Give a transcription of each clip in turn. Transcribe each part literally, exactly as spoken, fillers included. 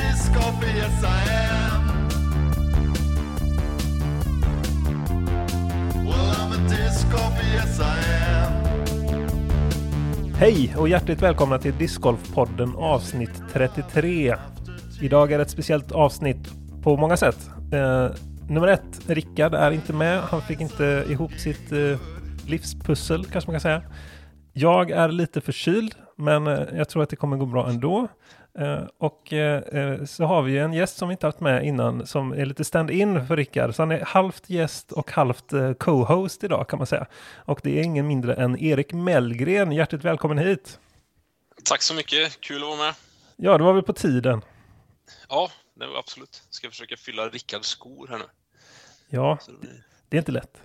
disc golf, yes I am. Well, I'm a disc golf, yes I am. Hej och hjärtligt välkomna till Discgolf-podden avsnitt trettiotre. Idag är det ett speciellt avsnitt på många sätt. Eh, nummer ett, Rickard är inte med. Han fick inte ihop sitt eh, livspussel, kanske man kan säga. Jag är lite förkyld, men eh, jag tror att det kommer gå bra ändå. Eh, och eh, så har vi en gäst som vi inte haft med innan som är lite stand-in för Rickard. Så han är halvt gäst och halvt eh, co-host idag, kan man säga. Och det är ingen mindre än Erik Mellgren. Hjärtligt välkommen hit. Tack så mycket, kul att vara med. Ja, det var väl på tiden. Ja, det var absolut. Ska jag försöka fylla Rickards skor här nu. Ja, det är inte lätt.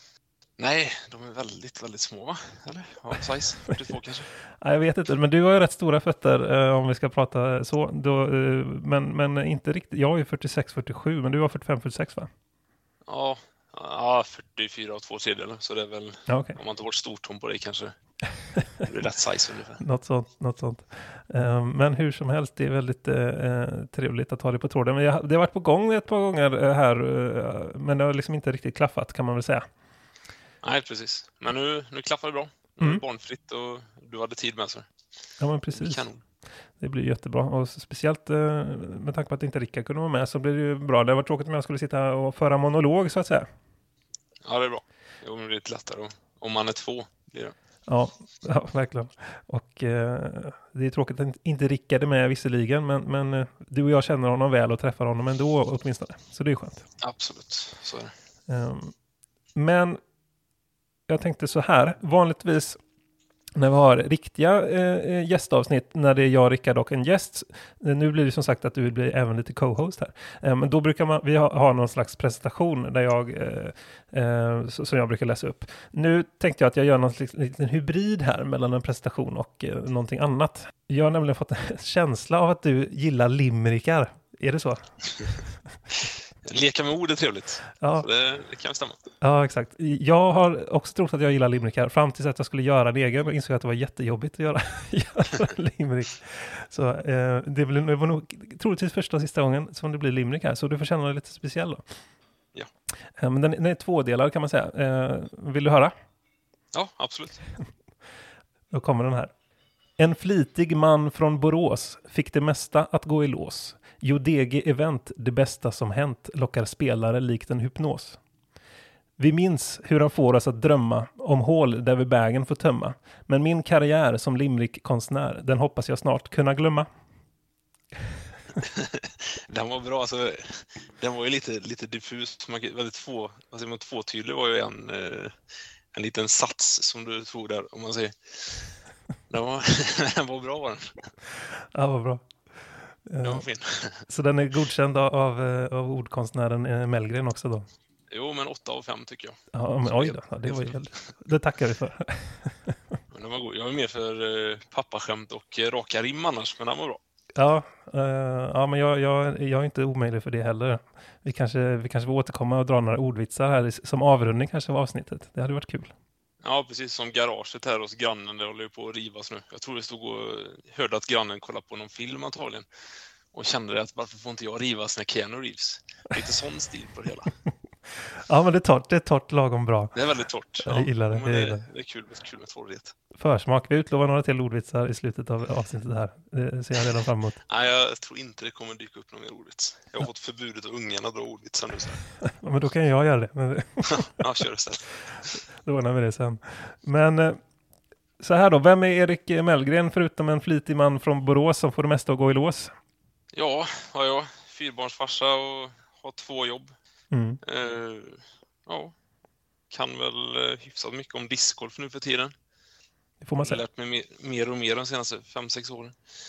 Nej, de är väldigt, väldigt små, va? Eller? Ja, size fyrtiotvå kanske. Nej, jag vet inte, men du har ju rätt stora fötter eh, om vi ska prata så. Då, eh, men, men inte riktigt. Jag är ju fyrtiosex fyrtiosju, men du har fyrtiofem fyrtiosex, va? Ja, ja fyrtiofyra och två tredjedelar. Så det är väl, ja, okay. Om man tar bort stortån på dig kanske. Det blir rätt size ungefär. något sånt, något sånt. Uh, men hur som helst, det är väldigt uh, trevligt att ha det på tråden. Men jag, det har varit på gång ett par gånger uh, här, uh, men det har liksom inte riktigt klaffat, kan man väl säga. Nej, precis. Men nu, nu klaffar det bra. Nu är det barnfritt och du hade tid med sig. Ja, men precis. Kanon. Det blir jättebra. Och speciellt uh, med tanke på att inte Rickard kunde vara med så blir det ju bra. Det var tråkigt om jag skulle sitta och föra monolog, så att säga. Ja, det är bra. Jo, men det är lite lättare. Om man är två blir det. Ja, ja, verkligen. Och eh, det är tråkigt att inte Rickard är med visserligen, men, men eh, du och jag känner honom väl och träffar honom ändå åtminstone. Så det är skönt. Absolut, så är det. Um, men jag tänkte så här, vanligtvis när vi har riktiga eh, gästavsnitt, när det är jag, Rickard och en gäst, nu blir det som sagt att du blir även lite co-host här. Eh, men då brukar man, vi ha, ha någon slags presentation där jag, eh, eh, som jag brukar läsa upp. Nu tänkte jag att jag gör någon slags liten hybrid här mellan en presentation och eh, någonting annat. Jag har nämligen fått en känsla av att du gillar limerickar. Är det så? Leka med ord är trevligt. Ja. Det, det kan stämma. Ja, exakt. Jag har också trott att jag gillar limerickar fram tills att jag skulle göra en egen och insåg att det var jättejobbigt att göra, göra limerick. Så eh, det, blir, det var nog troligtvis första och sista gången som det blir limerick här, så du får känna dig lite speciell då. Ja. Eh, men den, den är tvådelad, kan man säga. Eh, vill du höra? Ja, absolut. Då kommer den här. En flitig man från Borås fick det mesta att gå i lås. Jo, D G Event, det bästa som hänt, lockar spelare likt en hypnos. Vi minns hur han får oss att drömma om hål där vi bägen får tömma. Men min karriär som limerick-konstnär, den hoppas jag snart kunna glömma. Den var bra, alltså, den var ju lite, lite diffus, man, väldigt få, alltså, man tvåtydlig var ju en, en liten sats som du tog där, om man säger. Den var, den var bra, var den. Ja, vad bra. Den var fin. Så den är godkänd av, av ordkonstnären Mellgren också då? Jo, men åtta av fem tycker jag. Ja, men oj då. Ja, det var ju helt... Det tackar vi för. Men den var god. Jag är mer för uh, pappaskämt och uh, raka rim annars, men den var bra. Ja, uh, ja men jag, jag, jag är inte omöjlig för det heller. Vi kanske, vi kanske får återkomma och dra några ordvitsar här som avrundning kanske av avsnittet. Det hade varit kul. Ja, precis som garaget här hos grannen, det håller ju på att rivas nu. Jag tror det stod och hörde att grannen kollade på någon film antagligen. Och kände att varför får inte jag rivas när Keanu rivs? Lite sån stil på det hela. Ja, men det är torrt, det är torrt lagom bra. Det är väldigt torrt. Ja, jag gillar det. Men jag det, gillar. det är kul, kul med torrhet. Försmak, vi utlovar några till ordvitsar i slutet av avsnittet här. Det ser jag redan fram emot. Nej, jag tror inte det kommer dyka upp någon mer ordvits. Jag har ja. fått förbudet av ungarna att dra ordvitsar nu. Så. Ja, men då kan jag göra det. Men... ja, kör det sen. Då ordnar vi det sen. Men så här då, vem är Erik Mellgren förutom en flitig man från Borås som får det mesta att gå i lås? Ja, har jag. Fyrbarnsfarsa och har två jobb. Mm. Uh, ja, kan väl uh, hyfsat mycket om discgolf nu för tiden. Det får man säga. Jag har lärt mig mer, mer och mer de senaste fem sex åren.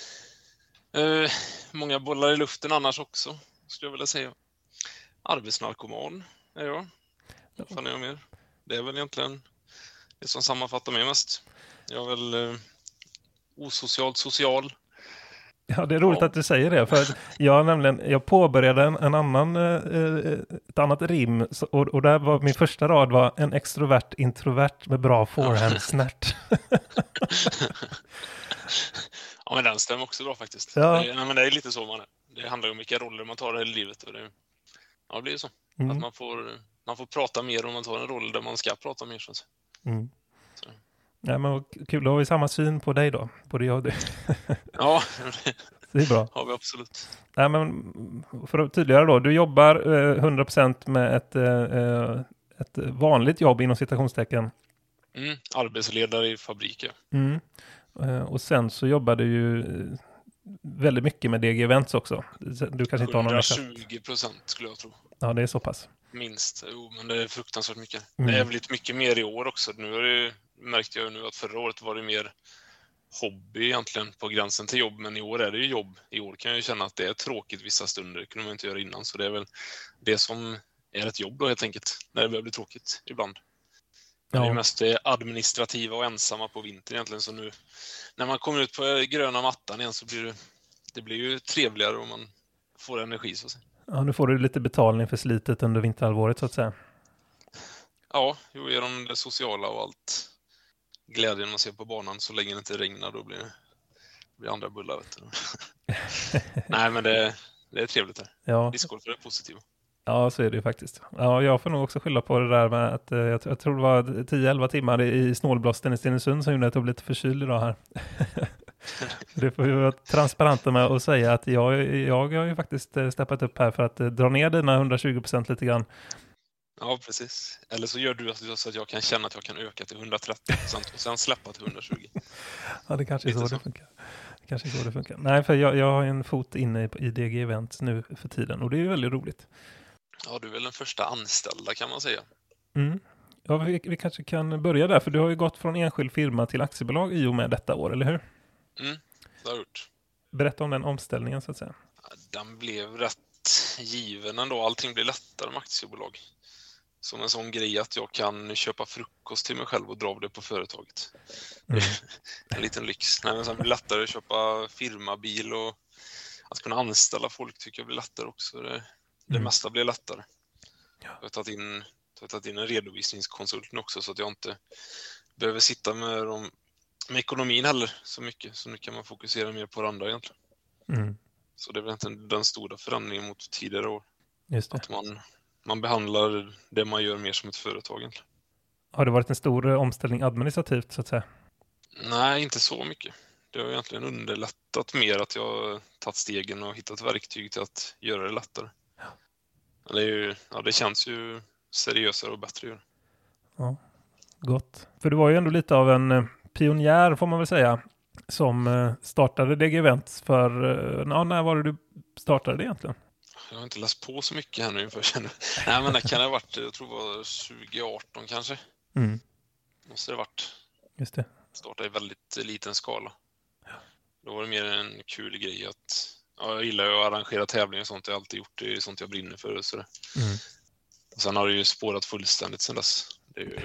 Uh, många bollar i luften annars också, skulle jag vilja säga. Arbetsnarkoman är jag. Vad fan är jag mer? Det är väl egentligen det som sammanfattar mig mest. Jag är väl uh, osocialt social. Ja, det är roligt ja. att du säger det. För att jag, nämligen, jag påbörjade en, en annan, eh, ett annat rim. Och, och där var min första rad var en extrovert introvert med bra forehand-snärt. Ja, men den stämmer också bra faktiskt. Ja. Det, nej, men det är lite så man är. det handlar ju om vilka roller man tar i livet. Och det, ja, det blir ju så. Mm. Att man får, man får prata mer om man tar en roll där man ska prata mer. Så. Mm. Så. Ja, men kul, då har vi samma syn på dig då. Både jag och du. Ja, det är bra. har vi absolut. Nej, men för att tydliggöra då. Du jobbar eh, hundra procent med ett, eh, ett vanligt jobb inom citationstecken. Mm, arbetsledare i fabriker. Mm. Eh, och sen så jobbar du ju eh, väldigt mycket med D G Events också. Du kanske inte har någon hundratjugo procent skulle jag tro. Ja, det är så pass. Minst. Jo, men det är fruktansvärt mycket. Mm. Det är blivit mycket mer i år också. Nu är det, märkte jag nu att förra året var det mer hobby egentligen på gränsen till jobb. Men i år är det ju jobb. I år kan jag ju känna att det är tråkigt vissa stunder. Det kunde man inte göra innan. Så det är väl det som är ett jobb då helt enkelt. När det börjar bli tråkigt ibland. Ja. Det är mest det administrativa och ensamma på vintern egentligen. Så nu när man kommer ut på gröna mattan igen så blir det, det blir ju trevligare om man får energi så att säga. Ja, nu får du lite betalning för slitet under vinterhalvåret så att säga. Ja, jo, genom det sociala och allt. Glädjen att se på banan så länge det inte regnar, då blir det blir andra bullar. Vet du. Nej, men det, det är trevligt här. Ja. Discgolf är positivt. Ja, så är det ju faktiskt. Ja, jag får nog också skylla på det där med att eh, jag, jag tror det var tio elva timmar i snålblåsten i Stenungsund som gjorde att jag blev lite förkyld idag här. Det får ju vara transparenta med att säga att jag, jag har ju faktiskt steppat upp här för att dra ner dina hundratjugo procent lite grann. Ja, precis. Eller så gör du så att jag kan känna att jag kan öka till hundratrettio procent och sen släppa till hundratjugo. Ja, det kanske är så, så det funkar. Det kanske är så det funkar. Nej, för jag, jag har en fot inne i, i D G Events nu för tiden och det är ju väldigt roligt. Ja, du är väl den första anställda kan man säga. Mm. Ja, vi, vi kanske kan börja där, för du har ju gått från enskild firma till aktiebolag i och med detta år, eller hur? Mm, det har jag gjort. Berätta om den omställningen så att säga. Ja, den blev rätt given ändå. Allting blir lättare med aktiebolag. Som en sån grej att jag kan köpa frukost till mig själv och dra av det på företaget. Mm. En liten lyx. Nej, men sen blir det lättare att köpa firmabil och att kunna anställa folk tycker jag blir lättare också. Det, det mm. mesta blir lättare. Ja. Jag har tagit in, jag har tagit in en redovisningskonsult också så att jag inte behöver sitta med, dem, med ekonomin heller så mycket. Så nu kan man fokusera mer på det andra egentligen. Mm. Så det är väl inte den stora förändringen mot tidigare år. Just det. Att man, man behandlar det man gör mer som ett företag egentligen. Har det varit en stor omställning administrativt så att säga? Nej, inte så mycket. Det har egentligen underlättat mer att jag har tagit stegen och hittat verktyg till att göra det lättare. Ja. Det, är ju, ja, det känns ju seriösare och bättre. Ja, gott. För du var ju ändå lite av en pionjär får man väl säga som startade D G Events för, ja, när var det du startade det egentligen? Jag har inte läst på så mycket här nu inför känner. Nej, men det kan ha varit, jag tror det var tjugo arton kanske. Mm. Måste det varit. Just det. Startade i väldigt liten skala. Ja. Då var det mer en kul grej att, ja, jag gillar ju att arrangera tävlingar och sånt. Jag har alltid gjort det, sånt jag brinner för. Och så mm. Och sen har det ju spårat fullständigt sedan dess. Det är ju,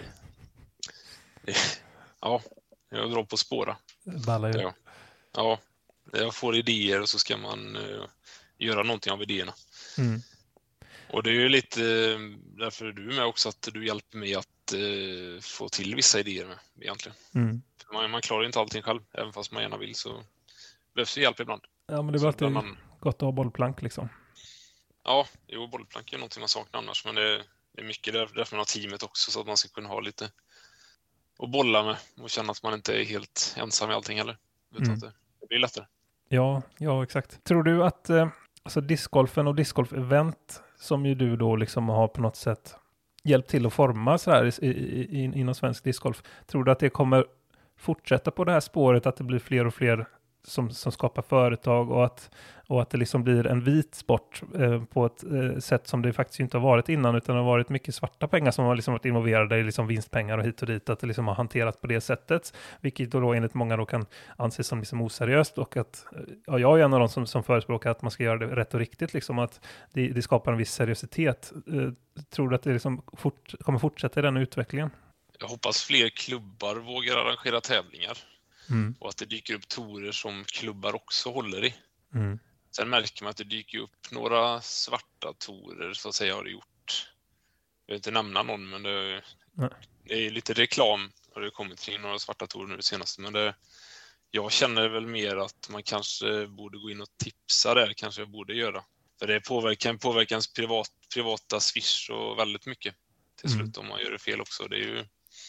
det, ja, jag drar på att spåra. Ballar ju. Ja. Ja, jag får idéer och så ska man uh, göra någonting av idéerna. Mm. Och det är ju lite därför är du med också att du hjälper mig att uh, få till vissa idéer med, egentligen. Mm. För man, man klarar inte allting själv, även fast man gärna vill så behövs det hjälp ibland. Ja, men det är alltid man... gott att ha bollplank liksom. Ja, jo, bollplank är någonting man saknar annars, men det, det är mycket där, därför man har teamet också så att man ska kunna ha lite och bolla med och känna att man inte är helt ensam i allting heller. Utan mm. att det, det blir lättare. Ja, ja, exakt. Tror du att eh, alltså discgolfen och discgolf-event som ju du då liksom har på något sätt hjälpt till att forma så här i, i, i, inom svensk discgolf, tror du att det kommer fortsätta på det här spåret att det blir fler och fler som, som skapar företag och att, och att det liksom blir en vit sport eh, på ett eh, sätt som det faktiskt inte har varit innan, utan det har varit mycket svarta pengar som har liksom varit involverade i liksom vinstpengar och hit och dit, att det liksom har hanterats på det sättet, vilket då, då enligt många då kan anses som liksom oseriöst och att, ja, jag är en av de som, som förespråkar att man ska göra det rätt och riktigt, liksom att det, det skapar en viss seriositet. Eh, tror du att det liksom fort, kommer fortsätta i den utvecklingen? Jag hoppas fler klubbar vågar arrangera tävlingar. Mm. Och att det dyker upp torer som klubbar också håller i. Mm. Sen märker man att det dyker upp några svarta torer så att säga har det gjort. Jag vill inte nämna någon, men det, det är lite reklam har det kommit kring några svarta torer nu det senaste. Men det, jag känner väl mer att man kanske borde gå in och tipsa där, kanske jag borde göra. För det påverkar, kan påverka ens privat, privata Swish och väldigt mycket till slut mm. om man gör det fel också. Det är ju,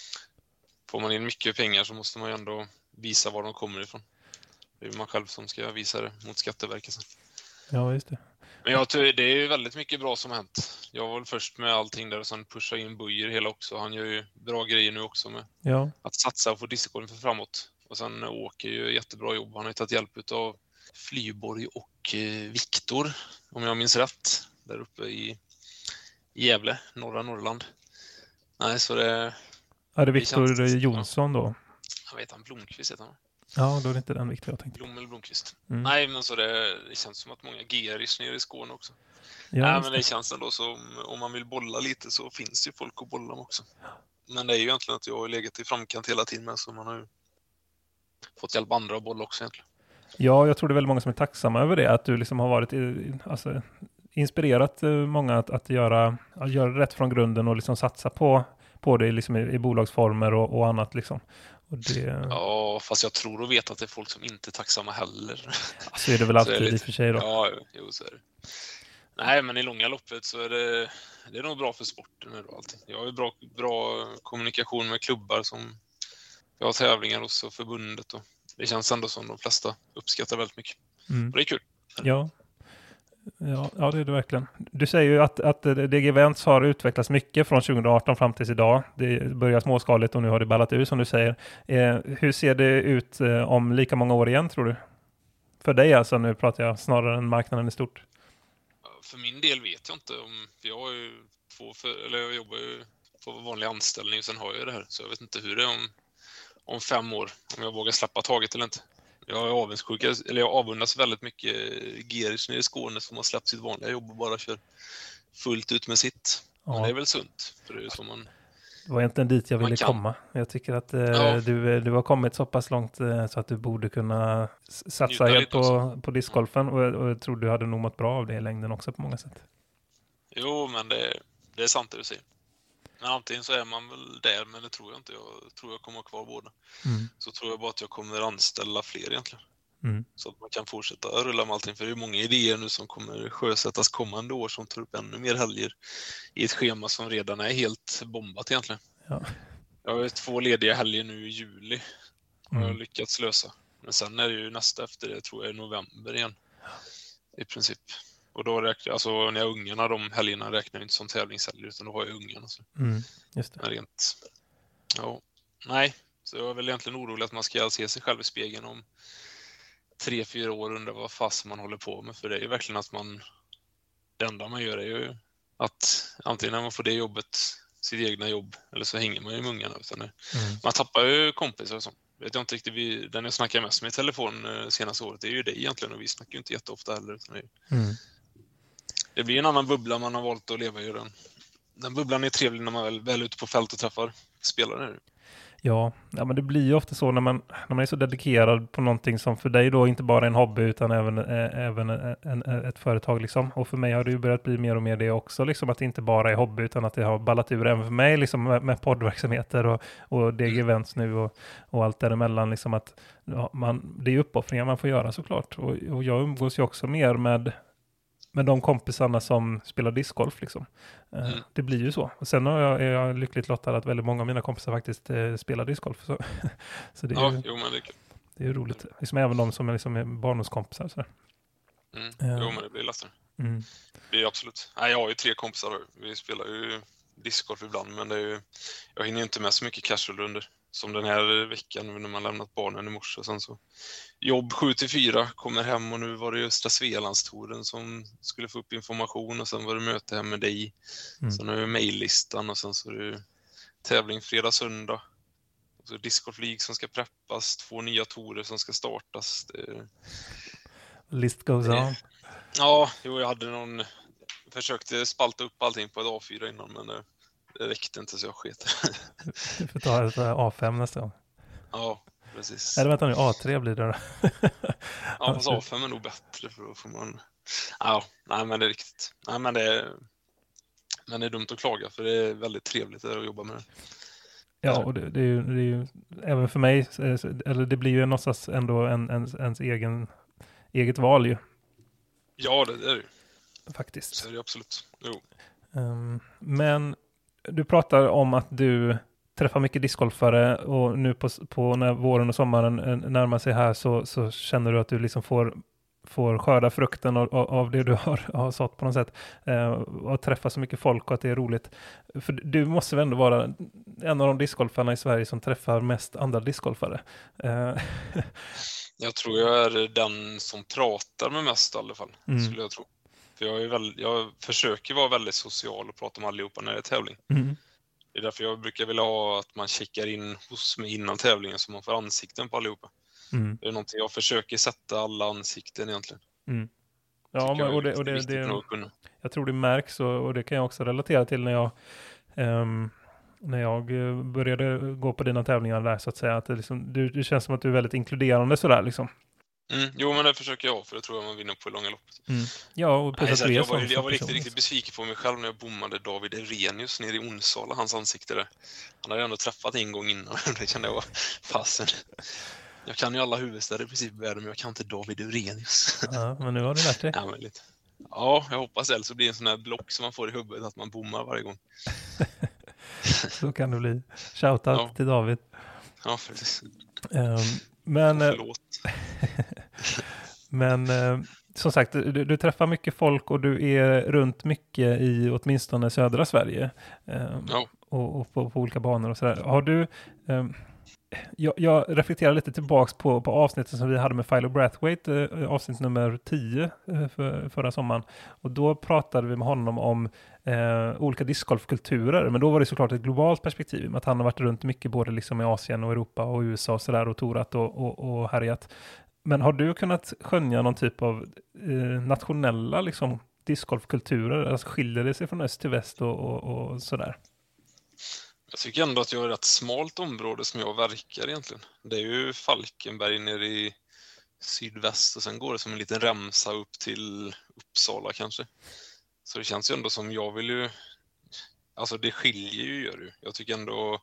får man in mycket pengar så måste man ju ändå visa var de kommer ifrån. Det är man själv som ska visa det mot Skatteverket sen. Ja, just det. Men jag tror det är väldigt mycket bra som har hänt. Jag var väl först med allting där och sen pusha in Bujer hela också. Han gör ju bra grejer nu också med ja. att satsa och få discgolfen för framåt. Och sen Åker ju jättebra jobb. Han har ju tagit hjälp av Flyborg och eh, Viktor, om jag minns rätt, där uppe i Gävle, norra Norrland. Nej, så det... Är det Viktor Jonsson då? Jag vet han, Blomqvist heter han. Ja, då är det inte den Viktor jag tänkte. Blom eller Blomqvist. Mm. Nej, men så det, det känns som att många G-rish nere i Skåne också. Ja, Nej, men det känns ändå som om man vill bolla lite så finns det ju folk att bolla med också. Men det är ju egentligen att jag har legat i framkant hela tiden med, så man har ju fått hjälp andra att bolla också egentligen. Ja, jag tror det är väldigt många som är tacksamma över det. Att du liksom har varit alltså, inspirerat många att, att, göra, att göra rätt från grunden och liksom satsa på, på det liksom i, i bolagsformer och, och annat. Liksom. Och det... Ja, fast jag tror och vet att det är folk som inte är tacksamma heller. Så är det väl alltid lite... i och för sig då. Ja, jo, så är det. Nej, men i långa loppet så är det, det är nog bra för sporten och allting. Jag har ju bra, bra kommunikation med klubbar som jag har tävlingar hos och förbundet, och det känns ändå som de flesta uppskattar väldigt mycket. Mm. Och det är kul. Ja. Ja, ja, det är det verkligen. Du säger ju att, att D G Events har utvecklats mycket från tjugo arton fram tills idag. Det börjar småskaligt och nu har det ballat ur som du säger. Eh, hur ser det ut eh, om lika många år igen, tror du? För dig alltså, nu pratar jag snarare än marknaden i stort. För min del vet jag inte om, för jag har ju två, för, eller jag jobbar ju på vanlig anställning och sen har jag det här. Så jag vet inte hur det är om, om fem år, om jag vågar släppa taget eller inte. Jag är avundsjuk, eller jag avundas väldigt mycket G-rish nere i Skåne som har släppt sitt vanliga jobb och bara kör fullt ut med sitt. Ja. Men det är väl sunt, för det är som man... Det var egentligen dit jag ville komma. Jag tycker att eh, ja. du, du har kommit så pass långt eh, så att du borde kunna satsa helt på, på discgolfen. Och, och jag tror du hade nog mått bra av det i längden också på många sätt. Jo, men det, det är sant det du säger. Men antingen så är man väl där, men det tror jag inte. Jag tror jag kommer kvar båda. Mm. Så tror jag bara att jag kommer anställa fler egentligen. Mm. Så att man kan fortsätta rulla med allting. För det är många idéer nu som kommer sjösättas kommande år som tar upp ännu mer helger i ett schema som redan är helt bombat egentligen. Ja. Jag har två lediga helger nu i juli och mm. jag har lyckats lösa. Men sen är det ju nästa efter det, tror jag, i november igen. I princip. Och då räknar, alltså när jag har ungarna, de helgerna räknar jag inte som tävlingshelger, utan då har jag ungarna. Så. Mm, just det. Rent, ja, nej, så jag är väl egentligen orolig att man ska se sig själv i spegeln om tre, fyra år och undra vad fast man håller på med. För det är ju verkligen att man, det enda man gör är ju att antingen när man får det jobbet, sitt egna jobb, eller så hänger man ju med ungarna. Utan det, mm. Man tappar ju kompisar och sånt. Vet jag inte riktigt, vi, den jag snackar mest med i telefon eh, senaste året, det är ju det egentligen, och vi snackar ju inte jätteofta heller. Utan det, mm. det blir en annan bubbla man har valt att leva i. Den, den bubblan är trevlig när man väl, väl är ute på fält och träffar spelare. Ja, ja, men det blir ju ofta så när man, när man är så dedikerad på någonting som för dig då inte bara är en hobby utan även, äh, även en, en, ett företag liksom. Och för mig har det ju börjat bli mer och mer det också, liksom att det inte bara är hobby utan att det har ballat ur även för mig liksom med, med poddverksamheter och, och D G Events nu och, och allt däremellan liksom att ja, man, det är uppoffringar man får göra såklart. Och, och jag umgås ju också mer med med de kompisarna som spelar discgolf liksom. Mm. Det blir ju så. Och sen har jag, är jag lyckligt lottad att väldigt många av mina kompisar faktiskt eh, spelar discgolf. Så, så det är ja, ju, jo, men det är kul. Det är ju roligt. Liksom även de som är, liksom är barndomskompisar. Så mm. uh. Jo, men det blir lättare. Mm. Det är absolut. Nej, jag har ju tre kompisar. Vi spelar ju discgolf ibland, men det är ju, jag hinner inte med så mycket casual under. Som den här veckan när man lämnat barnen i morse. Och sen så jobb sju till fyra, kommer hem och nu var det ju Östra Svealandstouren som skulle få upp information och sen var det möte hem med dig. Mm. Sen har vi mejllistan och sen så är det tävling fredag, söndag. Och så discgolf League som ska preppas, två nya tourer som ska startas. Det... List goes det... on. Ja, jo, jag hade någon, försökte spalta upp allting på ett A fyra innan, men det, det räckte inte så jag sket. Du får ta ett A fem nästa gång. Ja, precis. Eller vänta nu, A tre blir det då. Ja, fast A fem är nog bättre för då får man... Ja, nej men det är riktigt. Nej men det är... Men det är dumt att klaga för det är väldigt trevligt att jobba med det. Ja, och det, det, är ju, det är ju även för mig, eller det blir ju någonstans ändå en, en, ens egen, eget val ju. Ja, det, det är det ju. Faktiskt. Så är det absolut. Jo. Um, men du pratar om att du träffar mycket discgolfare och nu på, på när våren och sommaren närmar sig här så, så känner du att du liksom får, får skörda frukten av, av det du har, har sått på något sätt. Uh, och träffa så mycket folk och att det är roligt. För du måste väl ändå vara en av de discgolfarna i Sverige som träffar mest andra discgolfare. Uh. Jag tror jag är den som pratar med mest i alla fall, mm. skulle jag tro. För jag, är väl, jag försöker vara väldigt social och prata med allihopa när det är tävling. Mm. Det är därför jag brukar vilja ha att man checkar in hos mig innan tävlingen så man får ansikten på allihopa. Mm. Det är någonting jag försöker sätta alla ansikten egentligen. Mm. Ja, men, och det, och det, det, det jag tror det märks och, och det kan jag också relatera till när jag um, när jag började gå på dina tävlingar där så att säga. Att det, liksom, det, det känns som att du är väldigt inkluderande sådär liksom. Mm, jo, men det försöker jag, för det tror jag man vinner på i långa loppet. Mm. Ja, och på Nej, så jag var, jag var riktigt, riktigt besviken på mig själv när jag bommade David Erenius nere i Onsala, hans ansikte där. Han hade ändå träffat en gång innan, det kände jag var fasen. Jag kan ju alla huvudstäder i princip i världen, men jag kan inte David Erenius. Ja, men nu har du lärt dig. Ja, men lite. Ja, jag hoppas det, så blir det en sån här block som man får i huvudet att man bommar varje gång. Så kan det bli. Shoutout ja. till David. Ja, faktiskt. Um, men... Förlåt. Men eh, som sagt, du, du träffar mycket folk och du är runt mycket i åtminstone södra Sverige. Eh, ja. Och, och på, på olika banor och sådär. Har du... Eh, jag, jag reflekterar lite tillbaks på, på avsnittet som vi hade med Philo Brathwaite, eh, avsnitt nummer tio eh, för, förra sommaren. Och då pratade vi med honom om eh, olika discgolfkulturer. Men då var det såklart ett globalt perspektiv. Med att han har varit runt mycket både liksom i Asien och Europa och U S A och sådär och torat och, och, och härjat. Men har du kunnat skönja någon typ av eh, nationella liksom, discgolfkulturer? Alltså skiljer det sig från öst till väst och, och, och sådär? Jag tycker ändå att jag har ett smalt område som jag verkar egentligen. Det är ju Falkenberg nere i sydväst och sen går det som en liten remsa upp till Uppsala kanske. Så det känns ju ändå som jag vill ju... Alltså det skiljer ju, gör det. Jag tycker ändå...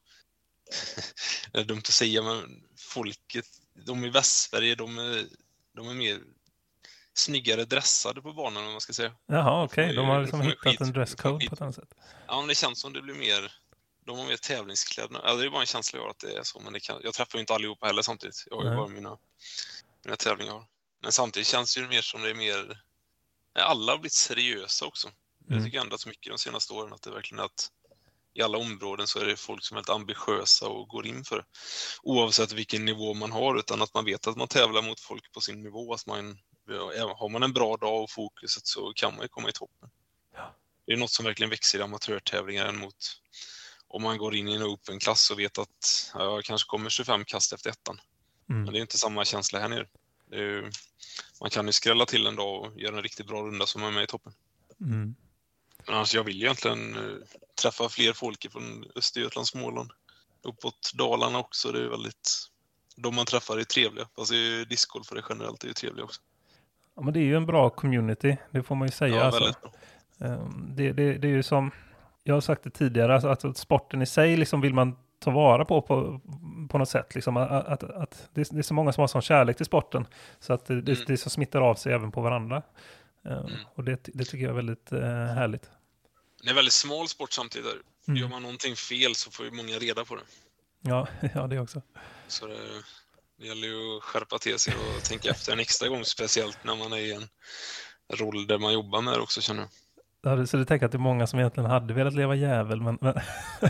det är dumt att säga, men folket... De i Västsverige, de är, de är mer snyggare dressade på banan, om man ska säga. Jaha, okej. Okay. De har liksom hittat skit, en dresscode på ett annat sätt. Ja, men det känns som det blir mer... De har mer tävlingskläder. Ja, det är bara en känsla jag att det är så, men det kan, jag träffar ju inte allihopa heller samtidigt. Jag har ju bara mina, mina tävlingar. Men samtidigt känns det ju mer som det är mer... Alla har blivit seriösa också. Mm. Jag tycker jag ändrats mycket de senaste åren, att det verkligen är att i alla områden så är det folk som är helt ambitiösa och går in för det. Oavsett vilken nivå man har, utan att man vet att man tävlar mot folk på sin nivå. Att man, har man en bra dag och fokuset så kan man ju komma i toppen. Ja. Det är något som verkligen växer i amatörtävlingar mot om man går in i en open-klass och vet att ja, jag kanske kommer tjugofem kast efter ettan. Mm. Men det är inte samma känsla här nere. Det är ju, man kan ju skrälla till en dag och göra en riktigt bra runda som är med i toppen. Mm. Men annars, jag vill egentligen uh, träffa fler folk från Östergötland, Småland. Uppåt Dalarna också, det är väldigt... De man träffar är trevliga. Fast det är discgolf för det generellt, det är trevliga också. Ja, men det är ju en bra community, det får man ju säga. Ja, alltså. väldigt bra. Um, det, det, det är ju som... Jag har sagt det tidigare, alltså, att sporten i sig liksom vill man ta vara på på, på något sätt. Liksom, att, att, att det, det är så många som har sån kärlek till sporten. Så att det, mm. det, det så smittar av sig även på varandra. Um, mm. Och det, det tycker jag är väldigt uh, härligt. Det är en väldigt smal sport samtidigt. Där. Mm. Gör man någonting fel så får ju många reda på det. Ja, ja det också. Så det, det gäller ju att skärpa till sig och tänka efter en extra gång. Speciellt när man är i en roll där man jobbar med det också, känner jag. Ja, så du tänker att det är många som egentligen hade velat leva jävel, men, men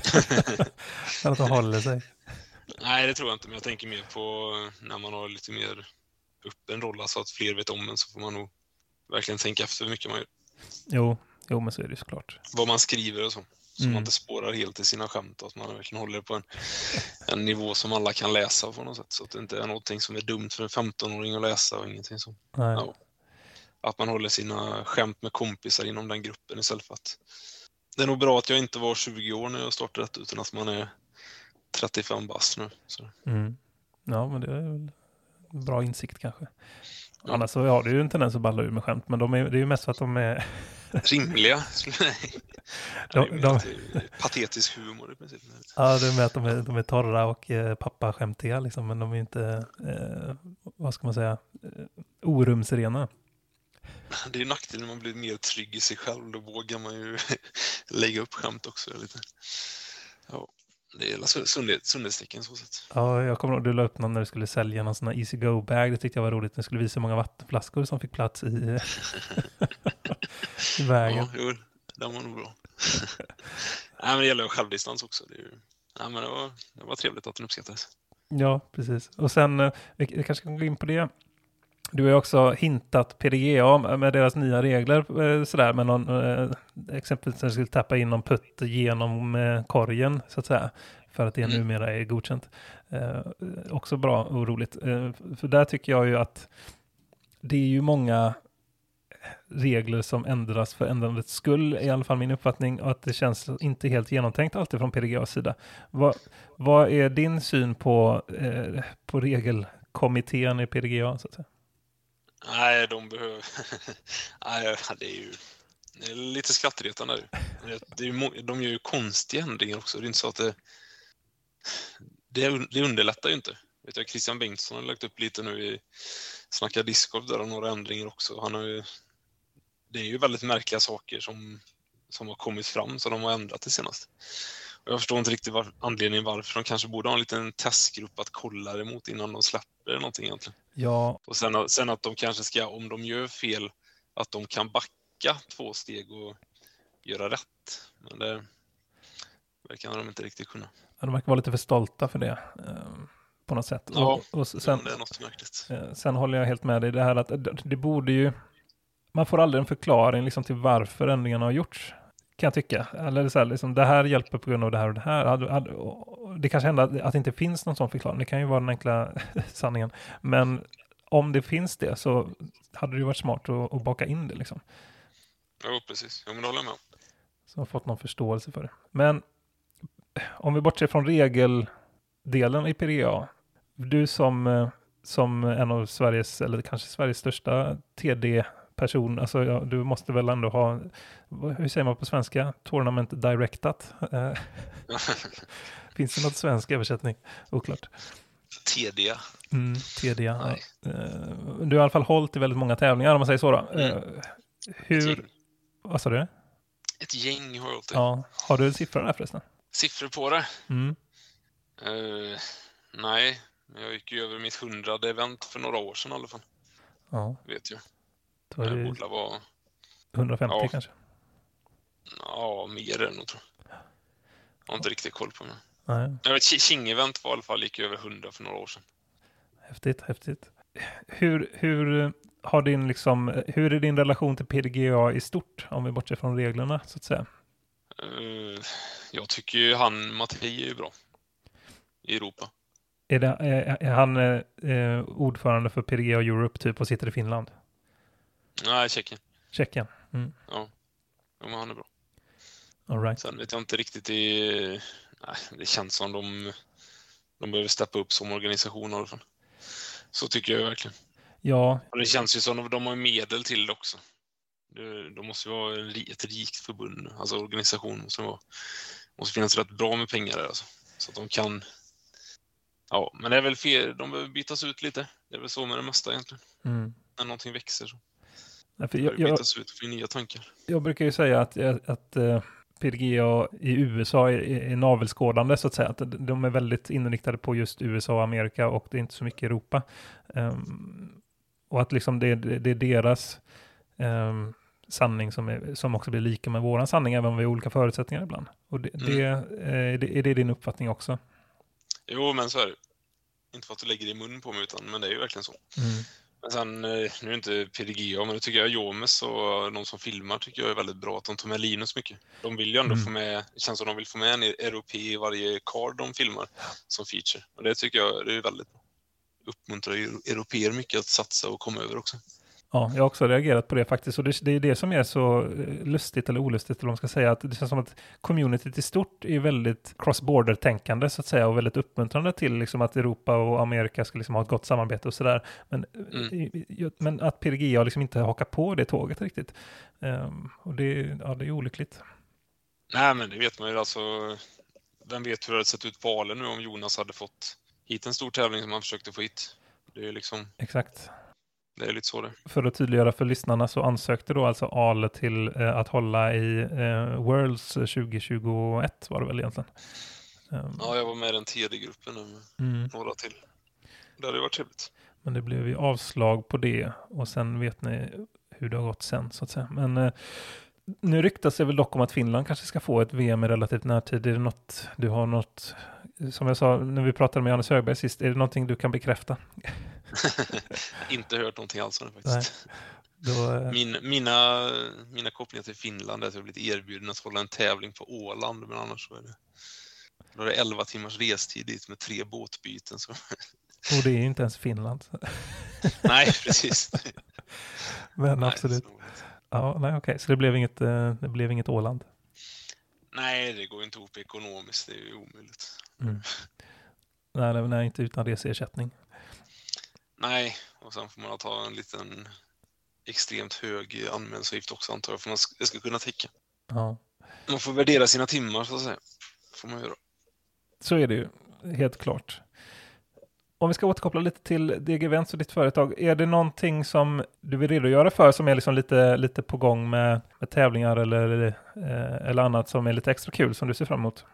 att de håller sig. Nej, det tror jag inte, men jag tänker mer på när man har lite mer öppen roll, så att fler vet om en, så får man nog verkligen tänka efter hur mycket man gör. Jo, jo men så är det såklart. Vad man skriver och så, så mm. man inte spårar helt i sina skämt och att man verkligen håller på en, en nivå som alla kan läsa på något sätt, så att det inte är någonting som är dumt för en femtonåring att läsa och ingenting så. Nej. Ja. Att man håller sina skämt med kompisar inom den gruppen istället för att... Det är nog bra att jag inte var tjugo år när jag startade rätt, utan att man är trettiofem bast nu. Så. Mm. Ja, men det är väl en bra insikt kanske. Ja. Annars så har det ju en tendens att balla ur med skämt, men de är, det är ju mest för att de är... Rimliga. de, de, de, patetisk humor i princip. ja, det är med att de är, de är torra och eh, pappaskämtiga liksom, men de är inte, eh, vad ska man säga, eh, orumsrena. Det är ju nackdelen när man blir mer trygg i sig själv. Då vågar man ju lägga upp skämt också lite. Ja, det är sundhet, sundhetstecken så sätt. Ja, jag kommer ihåg du la upp någon när du skulle sälja någon sån här Easy Go-bag. Det tyckte jag var roligt. Du skulle visa hur många vattenflaskor som fick plats i, i vägen. Ja, jo, den var nog bra. Nej, men det gäller självdistans också. Det, är ju, nej, men det, var, det var trevligt att den uppskattades. Ja, precis. Och sen, eh, vi, vi kanske kan gå in på det. Du har ju också hintat P D G A med deras nya regler eh, sådär, med någon, eh, exempelvis när du skulle tappa in någon putt genom eh, korgen så att säga, för att det Mm. numera är godkänt. Eh, också bra och roligt. Eh, för där tycker jag ju att det är ju många regler som ändras för ändrandets skull, i alla fall min uppfattning, och att det känns inte helt genomtänkt alltid från P D G A:s sida. Vad, vad är din syn på, eh, på regelkommittén i P D G A så att säga? Nej, de behöver... Nej, det är ju det är lite skrattretande. Det, det är ju, må- de gör ju konstiga ändringar också. Det är inte så att det... Det, det underlättar ju inte. Vet jag, Christian Bengtsson har lagt upp lite nu i Snacka discgolf där, och några ändringar också. Han har ju... Det är ju väldigt märkliga saker som, som har kommit fram, så de har ändrat det senast. Och jag förstår inte riktigt var, anledningen varför. De kanske borde ha en liten testgrupp att kolla det mot innan de släpper någonting egentligen. Ja, Och sen, sen att de kanske ska, om de gör fel, att de kan backa två steg och göra rätt. Men det verkar de inte riktigt kunna. ja, de verkar vara lite för stolta för det eh, på något sätt. Ja, och, och sen, det är något märkligt. eh, sen håller jag helt med dig i det här att det, det borde ju, man får aldrig en förklaring liksom till varför ändringarna har gjorts, kan jag tycka. Eller så här, liksom, det här hjälper på grund av det här och det här. Hade- hade- och Det kanske händer att, att det inte finns någon sån förklaring. Det kan ju vara den enkla sanningen. Men om det finns det så hade det ju varit smart att, att baka in det liksom. Jo, precis. Jo, men det håller jag med om. Så har fått någon förståelse för det. Men om vi bortser från regeldelen i P D G A. Du som, eh, som en av Sveriges, eller kanske Sveriges största T D-person, alltså ja, du måste väl ändå ha, vad- hur säger man på svenska? Tournament directat. Eh, finns det något svensk översättning? Oklart. T D. Mm, T D, ja. Nej. Eh, du har i alla fall hållit i väldigt många tävlingar, om man säger så då. Mm. Eh, Ett hur, gäng. vad sa du? Ett gäng har jag hållit det. Ja, har du en siffra där förresten? Siffror på det? Mm. Eh, nej, men jag gick ju över mitt hundrade event för några år sedan i alla fall. Ja, Vet jag. då är Det det borde vara... hundrafemtio Ja. kanske. Ja, mer är det nog, tror jag. Jag har inte riktigt koll på det. Nej. Jag vet, King-event var i alla fall gick över hundra för några år sedan. Häftigt, häftigt. Hur, hur, har din liksom, hur är din relation till P D G A i stort, om vi bortser från reglerna, så att säga? Eh, jag tycker ju han, Mattei, är ju bra. I Europa. Är, det, är, är han eh, ordförande för P D G A Europe typ och sitter i Finland? Nej, Tjeckien. Tjeckien? Mm. Ja. Jo, men han är bra. All right. Sen vet jag inte riktigt i... Nej, det känns som de, de behöver steppa upp som organisation i alla fall. Så tycker jag verkligen. Ja, Och det känns ju som att de har medel till det också. Det, de måste ju vara ett rikt förbund, alltså organisation måste vara. Måste finnas rätt bra med pengar där alltså. Så att de kan... Ja, men det är väl fel. De behöver bytas ut lite. Det är väl så med det mesta egentligen. mm. När någonting växer så Därför behöver jag, det jag, bytas ut och få nya tankar. jag brukar ju säga att, att, att eh, P D G A i U S A är, är navelskådande så att säga. Att de är väldigt inriktade på just U S A och Amerika och det är inte så mycket Europa. Um, och att liksom det, det, det är deras um, sanning som, är, som också blir lika med våran sanning även om vi har olika förutsättningar ibland. Och det, Mm. det, eh, det, är det din uppfattning också? Jo, men så är det. Inte för att du lägger det i mun på mig, utan, men det är ju verkligen så. Mm. Men sen, nu är det inte P D G A, men det tycker jag Jomes och de som filmar tycker jag är väldigt bra att de tar med Linus mycket. De vill ju ändå Mm. få med, det känns som de vill få med en europé i varje card de filmar som feature. Och det tycker jag det är väldigt bra. Uppmuntrar ju europeer mycket att satsa och komma över också. Ja, jag har också reagerat på det faktiskt. Och det, det är det som är så lustigt eller olustigt, eller vad man ska säga. Att det känns som att communityt i stort är väldigt cross-border-tänkande så att säga. Och väldigt uppmuntrande till liksom, att Europa och Amerika ska liksom, ha ett gott samarbete och sådär. Men, mm. men att P D G A liksom inte hakar på det tåget riktigt. Um, och det, ja, det är olyckligt. Nej, men det vet man ju. Alltså, vem vet hur det hade sett ut på Alen nu om Jonas hade fått hit en stor tävling som han försökte få hit. Det är liksom... Exakt. Det är lite så det. För att tydliggöra för lyssnarna så ansökte då alltså Ale till eh, att hålla i eh, Worlds tjugo tjugoett var det väl egentligen. Um, ja, jag var med i den tredje gruppen nu med mm. några till. Det hade varit trevligt. Men det blev ju avslag på det och sen vet ni hur det har gått sen så att säga. Men eh, nu ryktas det väl dock om att Finland kanske ska få ett V M i relativt närtid. Är det något, du har något, som jag sa när vi pratade med Johannes Högberg sist, är det någonting du kan bekräfta? Inte hört någonting alls om det faktiskt. Då, eh... Min, mina, mina kopplingar till Finland är att jag blivit erbjuden att hålla en tävling på Åland, men annars så är det, då är det elva timmars restid dit med tre båtbyten. Så. Och det är inte ens Finland. Nej, precis. Men nej, absolut. Så... Ja, nej, okej. Okay. Så det blev inget, det blev inget Åland? Nej, det går inte ihop ekonomiskt. Det är ju omöjligt. Mm. Nej, nej, nej, inte utan reseersättning. Nej, och sen får man ta en liten extremt hög anmälningsavgift också antar jag, för man ska, det ska kunna täcka. Ja. Man får värdera sina timmar så att säga. Får man göra. Så är det ju, helt klart. Om vi ska återkoppla lite till D G Events och ditt företag, är det någonting som du vill redogöra för som är liksom lite, lite på gång med, med tävlingar eller, eh, eller annat som är lite extra kul som du ser fram emot?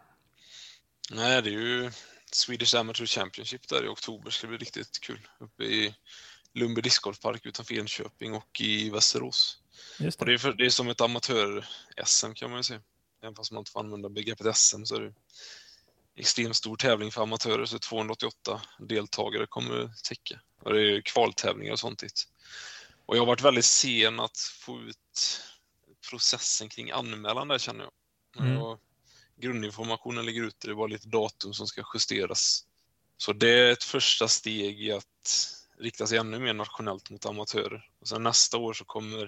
Nej, det är ju Swedish Amateur Championship där i oktober, ska bli riktigt kul. Uppe i Lundby discgolfpark utanför Enköping och i Västerås. Just det. Och det är, för, det är som ett amatör-S M kan man ju säga. Även fast man inte får använda begreppet S M så är det extremt stor tävling för amatörer, så tvåhundraåttioåtta deltagare kommer täcka. Och det är kvaltävlingar och sånt dit. Och jag har varit väldigt sen att få ut processen kring anmälan där, känner jag. Mm. Och grundinformationen ligger ute, det är bara lite datum som ska justeras. Så det är ett första steg i att rikta sig ännu mer nationellt mot amatörer. Och sen nästa år så kommer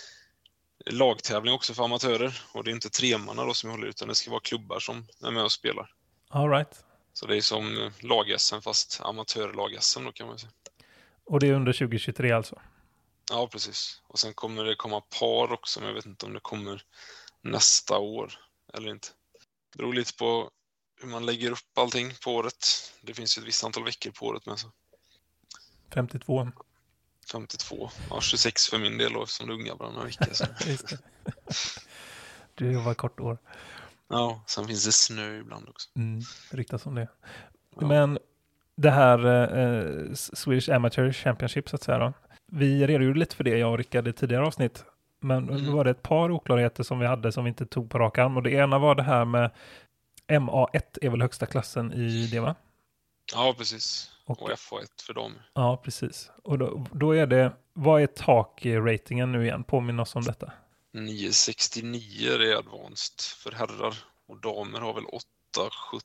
lagtävling också för amatörer. Och det är inte tremanna då som jag håller, utan det ska vara klubbar som är med och spelar. All right. Så det är som lag-S M fast amatörlag-S M då kan man säga. Och det är under tjugo tjugotre alltså? Ja, precis. Och sen kommer det komma par också, men jag vet inte om det kommer nästa år eller inte. Det beror lite på hur man lägger upp allting på året. Det finns ju ett visst antal veckor på året med så. femtiotvå. femtiotvå. Ja, tjugosex för min del då, som det unga varannan vecka. Så. Du jobbar kort år. Ja, sen finns det snö ibland också. Mm, riktas om det. Ja. Men det här eh, Swedish Amateur Championship så att säga då. Vi redogjorde lite för det, jag och Rickard, i tidigare avsnitt. Men mm. då var det ett par oklarheter som vi hade som vi inte tog på rak arm. Och det ena var det här med M A ett är väl högsta klassen i det, va? Ja, precis. Och, och F A ett för dem. Ja, precis. Och då, då är det, vad är tak-ratingen nu igen? Påminn oss om detta. nio sextionio är advanced för herrar. Och damer har väl åtta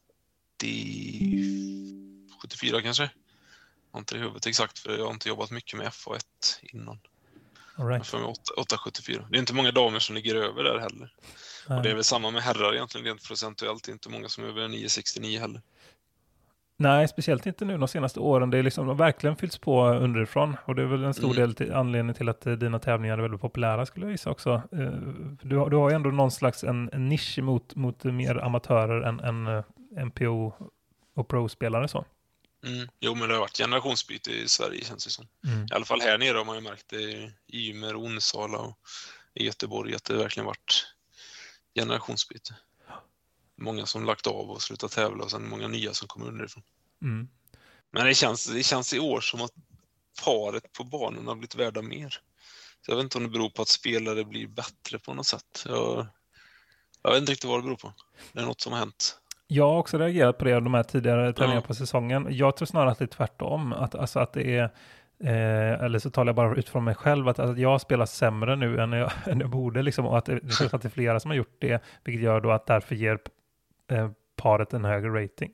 sjuttiofyra kanske. Jag har inte i huvudet exakt, för jag har inte jobbat mycket med F A ett innan. All right. För mig åtta sjuttiofyra. Det är inte många damer som ligger över där heller. Nej. Och det är väl samma med herrar egentligen rent procentuellt. Det är inte många som är över nio sextionio heller. Nej, speciellt inte nu de senaste åren. Det är liksom verkligen fyllts på underifrån. Och det är väl en stor mm. del till, anledning till att dina tävlingar är väldigt populära, skulle jag gissa också. Du har, du har ju ändå någon slags en, en nisch mot, mot mer amatörer än, än M P O och pro-spelare så. Mm. Jo, men det har varit generationsbyte i Sverige, känns det som. Mm. I alla fall här nere har man ju märkt det i Ymer, Onsala och i Göteborg att det verkligen varit generationsbyte. Många som lagt av och slutat tävla och sen många nya som kommer underifrån. Mm. Men det känns, det känns i år som att paret på banan har blivit värda mer. Så jag vet inte om det beror på att spelare blir bättre på något sätt. Jag, jag vet inte riktigt vad det beror på. Det är något som har hänt. Jag har också reagerat på det de här tidigare tävlingarna ja. på säsongen. Jag tror snarare att det är tvärtom. Att, alltså att det är, eh, eller så talar jag bara utifrån mig själv, att, att jag spelar sämre nu än jag, än jag borde. Liksom, och att det, det, att det är flera som har gjort det, vilket gör då att därför ger eh, paret en högre rating.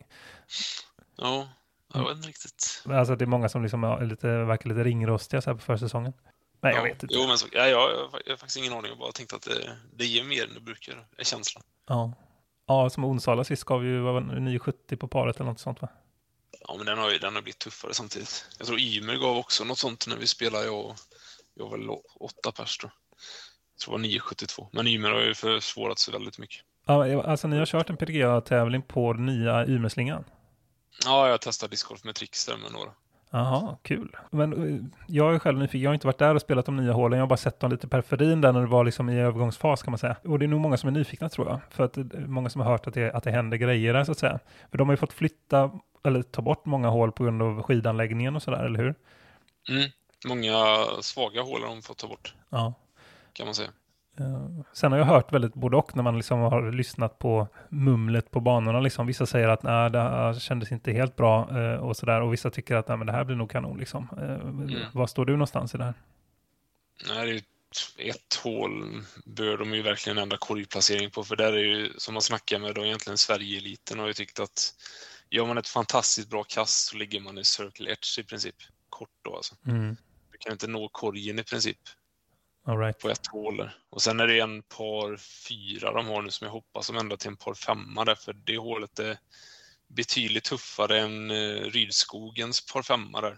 Ja, jag vet inte riktigt. Alltså att det är många som liksom är lite, verkar lite ringrostiga så här på försäsongen. Nej, jag ja. vet inte. Jo, men så, ja, jag, jag har faktiskt ingen aning. Jag bara tänkte att det, det ger mer än det brukar, är känslan. Ja. Ja, som Onsala sist gav ju vad var det, nio sjuttio på paret eller något sånt, va? Ja, men den har ju den har blivit tuffare samtidigt. Jag tror Ymer gav också något sånt när vi spelade. Jag, jag var väl åtta pers då. Jag tror det var nio sjuttiotvå. Men Ymer har ju försvårat sig väldigt mycket. Ja, alltså ni har kört en P D G A-tävling på den nya Ymerslingan? Ja, jag testade discgolf med tricks där med några. Jaha, kul. Men uh, jag är själv nyfiken. Jag har inte varit där och spelat de nya hålen. Jag har bara sett dem lite periferin där när det var liksom i övergångsfas, kan man säga. Och det är nog många som är nyfikna, tror jag. För att uh, många som har hört att det, att det händer grejer där, så att säga. För de har ju fått flytta eller ta bort många hål på grund av skidanläggningen och sådär, eller hur? Mm. Många svaga hål har de fått ta bort. Ja. Kan man säga. Uh, sen har jag hört väldigt både och när man liksom har lyssnat på mumlet på banorna. Liksom. Vissa säger att nej, det här kändes inte helt bra uh, och sådär. Och vissa tycker att nej, men det här blir nog kanon. Liksom. Uh, mm. Var står du någonstans i det här? Nej, det är ett hål bör de ju verkligen ändra korgplacering på. För där är ju, som man snackar med, då egentligen Sverige-eliten har ju tyckt att gör man ett fantastiskt bra kast så ligger man i circle edge i princip. Kort då alltså. Mm. Du kan inte nå korgen i princip. All right. På ett hål där. Och sen är det en par fyra de har nu som jag hoppas som ändrar till en par femma där, för det hålet är betydligt tuffare än uh, Rydskogens par femma där.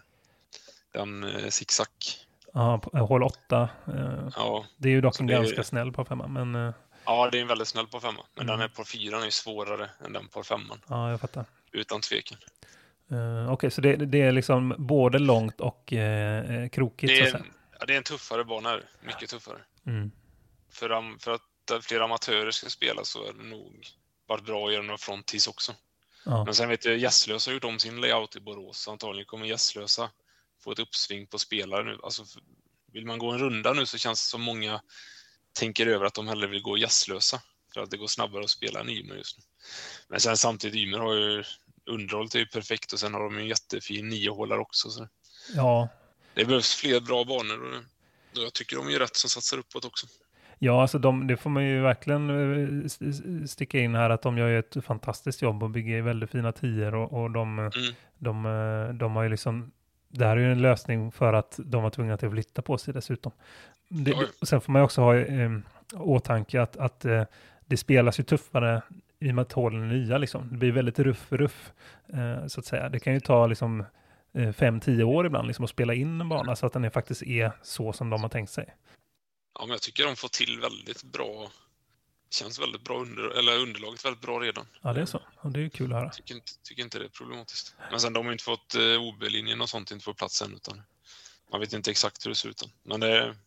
Den uh, zigzag. Ja, hål åtta. Uh, ja, det är ju dock en det ganska är... snäll par femma, men... Uh... Ja, det är en väldigt snäll par femma. Men mm. den här par fyra är svårare än den par femman. Ja, jag fattar. Utan tvekan. Uh, Okej, okay, så det, det är liksom både långt och uh, krokigt, det är, så att säga. Ja, det är en tuffare bana här. Mycket tuffare. Mm. För, för att fler amatörer ska spela så är det nog varit bra att göra några frontis också. Ja. Men sen vet jag, Gässlösa har gjort om sin layout i Borås. Så antagligen kommer Gässlösa få ett uppsving på spelare nu. Alltså, vill man gå en runda nu så känns det som många tänker över att de hellre vill gå Gässlösa. För att det går snabbare att spela än Ymer just nu. Men sen samtidigt, Ymer har ju underhållet är ju perfekt och sen har de ju en jättefin niohålare också. Så. Ja. Det behövs fler bra banor och jag tycker de är rätt som satsar uppåt också. Ja, alltså de, det får man ju verkligen sticka in här att de gör ju ett fantastiskt jobb och bygger väldigt fina tior och, och de, mm. de, de, de har ju liksom, det här är ju en lösning för att de var tvungna till att flytta på sig dessutom. Det, ja. Sen får man ju också ha eh, åtanke att, att eh, det spelas ju tuffare i och med att hålen är nya liksom. Det blir väldigt ruff ruff eh, så att säga. Det kan ju ta liksom fem, tio år ibland liksom att spela in en bana så att den är, faktiskt är så som de har tänkt sig. Ja, men jag tycker de får till väldigt bra, känns väldigt bra under, eller underlaget väldigt bra redan. Ja, det är så. Och det är ju kul att höra. Jag tycker inte, tycker inte det är problematiskt. Men sen de har inte fått eh, O B-linjen och sånt inte på plats än, utan man vet inte exakt hur det ser ut än. Men det,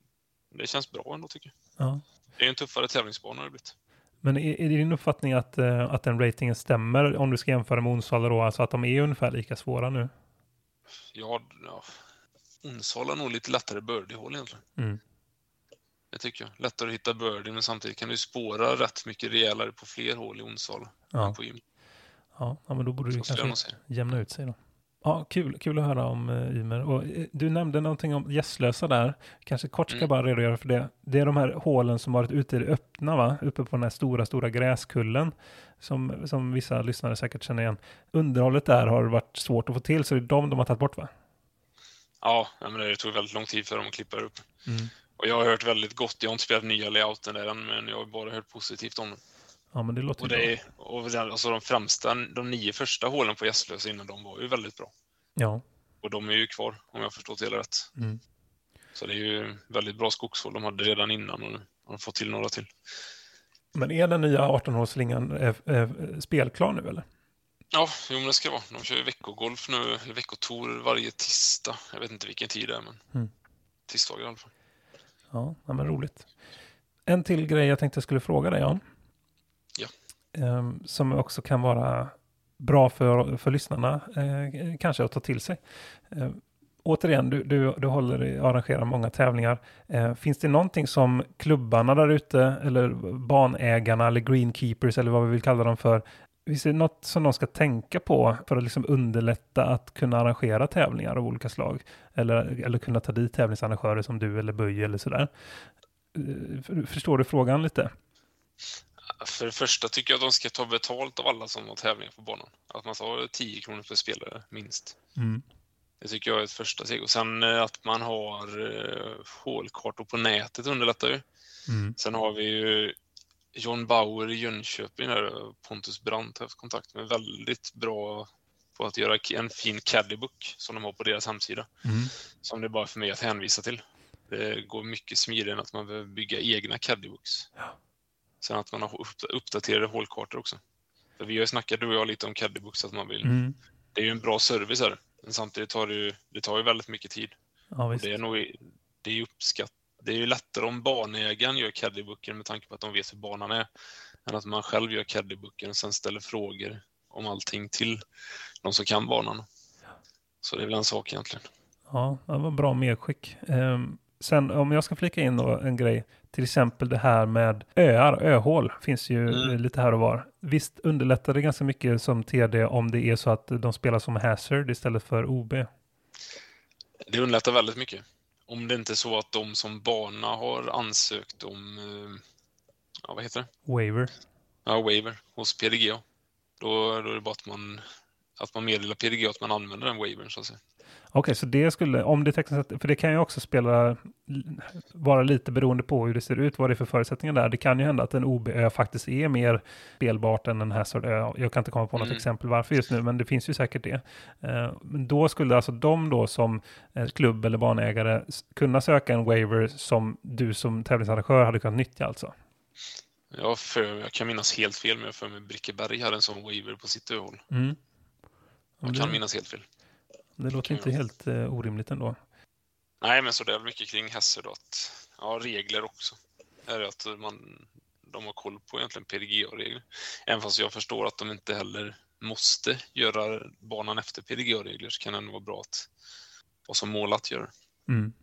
det känns bra ändå tycker jag. Ja. Det är en tuffare tävlingsbana har det blivit. Men är, är det din uppfattning att, uh, att den ratingen stämmer om du ska jämföra med Onsala då? Alltså att de är ungefär lika svåra nu? Ja, ja. Onsala är nog lite lättare birdie-hål egentligen. Mm. Det tycker jag. Lättare att hitta birdie, men samtidigt kan du spåra rätt mycket rejälare på fler hål i Onsala ja. än på Ymer. Ja, ja, men då borde det kanske jämna ut sig då. Ja, kul, kul att höra om uh, Ymer. Och, uh, du nämnde någonting om Gässlösa där. Kanske kort ska mm. bara redogöra för det. Det är de här hålen som varit ute i det öppna, va? Uppe på den här stora, stora gräskullen. Som, som vissa lyssnare säkert känner igen. Underhållet där har varit svårt att få till, så det är de de har tagit bort, va? Ja, men det tog väldigt lång tid för dem att klippa upp. Mm. Och jag har hört väldigt gott. Jag har inte spelat nya layouten där än, men jag har bara hört positivt om dem. Ja, men det låter och det är, och alltså de främsta, de nio första hålen på Gässlösa innan de var ju väldigt bra. Ja. Och de är ju kvar, om jag har förstått det hela rätt. Mm. Så det är ju väldigt bra skogshål de hade redan innan och har fått till några till. Men är den nya arton-hålsslingan äh, äh, spelklar nu, eller? Ja, jo, men det ska vara. De kör ju veckogolf nu, eller veckotor varje tisdag. Jag vet inte vilken tid det är, men mm. tisdagar i alla fall. Ja, ja, men roligt. En till grej jag tänkte jag skulle fråga dig om. Ja. Eh, som också kan vara bra för, för lyssnarna, eh, kanske att ta till sig. Eh, återigen, du, du, du håller och arrangerar många tävlingar. Eh, finns det någonting som klubbarna där ute, eller banägarna, eller greenkeepers, eller vad vi vill kalla dem för, finns det något som de ska tänka på för att liksom underlätta att kunna arrangera tävlingar av olika slag? Eller, eller kunna ta dit tävlingsarrangörer som du eller Böj eller sådär. Förstår du frågan lite? För det första tycker jag att de ska ta betalt av alla som har tävlingar på banan. Att man tar tio kronor per spelare minst. Mm. Det tycker jag är ett första steg. Och sen eh, att man har eh, hålkartor på nätet underlättar ju. Mm. Sen har vi ju John Bauer i Jönköping där, Pontus Brandt har haft kontakt med, väldigt bra på att göra en fin caddybook som de har på deras hemsida. Mm. Som det är bara för mig att hänvisa till. Det går mycket smidigare än att man behöver bygga egna caddybooks. Ja. Sen att man har uppdaterade hålkartor också. För vi har ju snackat, du och jag, lite om caddybooks att man vill. Mm. Det är ju en bra service här. Men samtidigt tar det ju, det tar ju väldigt mycket tid. Ja, visst. Det är nog, det är ju uppskatt. Det är ju lättare om banägaren gör caddybooken med tanke på att de vet hur banan är, än att man själv gör caddybooken och sen ställer frågor om allting till de som kan banan. Så det är väl en sak egentligen. Ja, det var bra medskick. Um, sen om jag ska flika in då en grej, till exempel det här med öar, öhål finns ju mm. lite här och var. Visst underlättar det ganska mycket som T D om det är så att de spelar som hazard istället för O B? Det underlättar väldigt mycket. Om det inte är så att de som bana har ansökt om, ja, vad heter det? Waiver. Ja, waiver hos P D G A. Då, då är det bara att man, att man meddelar P D G A att man använder den waivern, så att säga. Okej, okay, så det skulle, om det tekniskt, för det kan ju också spela, vara lite beroende på hur det ser ut, vad det är för förutsättningar där. Det kan ju hända att en O B-ö faktiskt är mer spelbart än en hazard-ö. Jag kan inte komma på något mm. exempel varför just nu, men det finns ju säkert det. Men då skulle alltså de då som klubb eller banägare kunna söka en waiver som du som tävlingsarrangör hade kunnat nyttja alltså? Ja, för, jag kan minnas helt fel, men jag för mig Brickeberg hade en sån waiver på sitt öhåll. Mm. Jag kan minnas helt fel. Det låter inte helt uh, orimligt ändå. Nej, men så det är mycket kring Hazard då, att ja, regler också. Är det att man, de har koll på egentligen P D G A-regler. Även fast jag förstår att de inte heller måste göra banan efter P D G A-regler, så kan det ändå vara bra att vad som målat gör. Mm.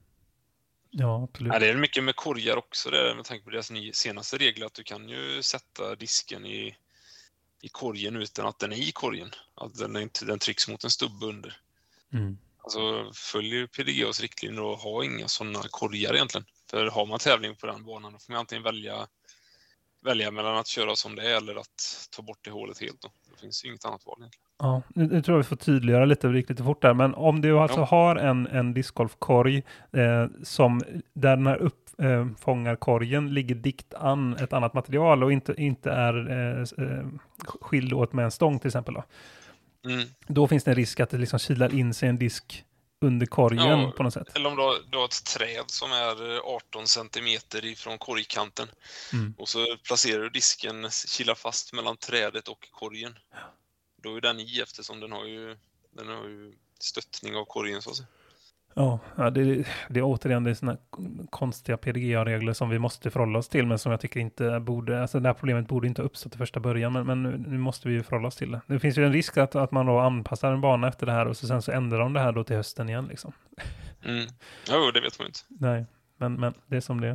Ja, absolut. Nej, det är mycket med korgar också, det är med tanke på deras ny, senaste regler, att du kan ju sätta disken i, i korgen utan att den är i korgen. Att den, inte, den trycks mot en stubbe under. Mm. Alltså följer P D G A:s riktlinjer och har inga sådana korgar egentligen. För har man tävling på den banan, då får man antingen välja, välja mellan att köra som det är eller att ta bort det hålet helt. Då. Det finns ju inget annat val egentligen. Ja, nu, nu tror jag vi får tydliggöra lite, lite fort där. Men om du alltså ja. har en, en discgolfkorg eh, som där den här uppfångarkorgen ligger dikt an ett annat material och inte, inte är eh, skild åt med en stång till exempel då. Mm. Då finns det en risk att det liksom kilar in sig en disk under korgen ja, på något sätt. Eller om du har, du har ett träd som är arton centimeter ifrån korgkanten. Mm. Och så placerar du disken, kilar fast mellan trädet och korgen. Ja. Då är den i, eftersom den har ju, den har ju stöttning av korgen så att säga. Ja, ja det, det är återigen det är såna konstiga P D G A-regler som vi måste förhålla oss till, men som jag tycker inte borde, alltså det här problemet borde inte uppstå till första början, men, men nu, nu måste vi ju förhålla oss till det. Det finns ju en risk att, att man då anpassar en bana efter det här och så sen så ändrar de det här då till hösten igen liksom. Mm. Ja, det vet man inte. Nej, men, men det är som det är.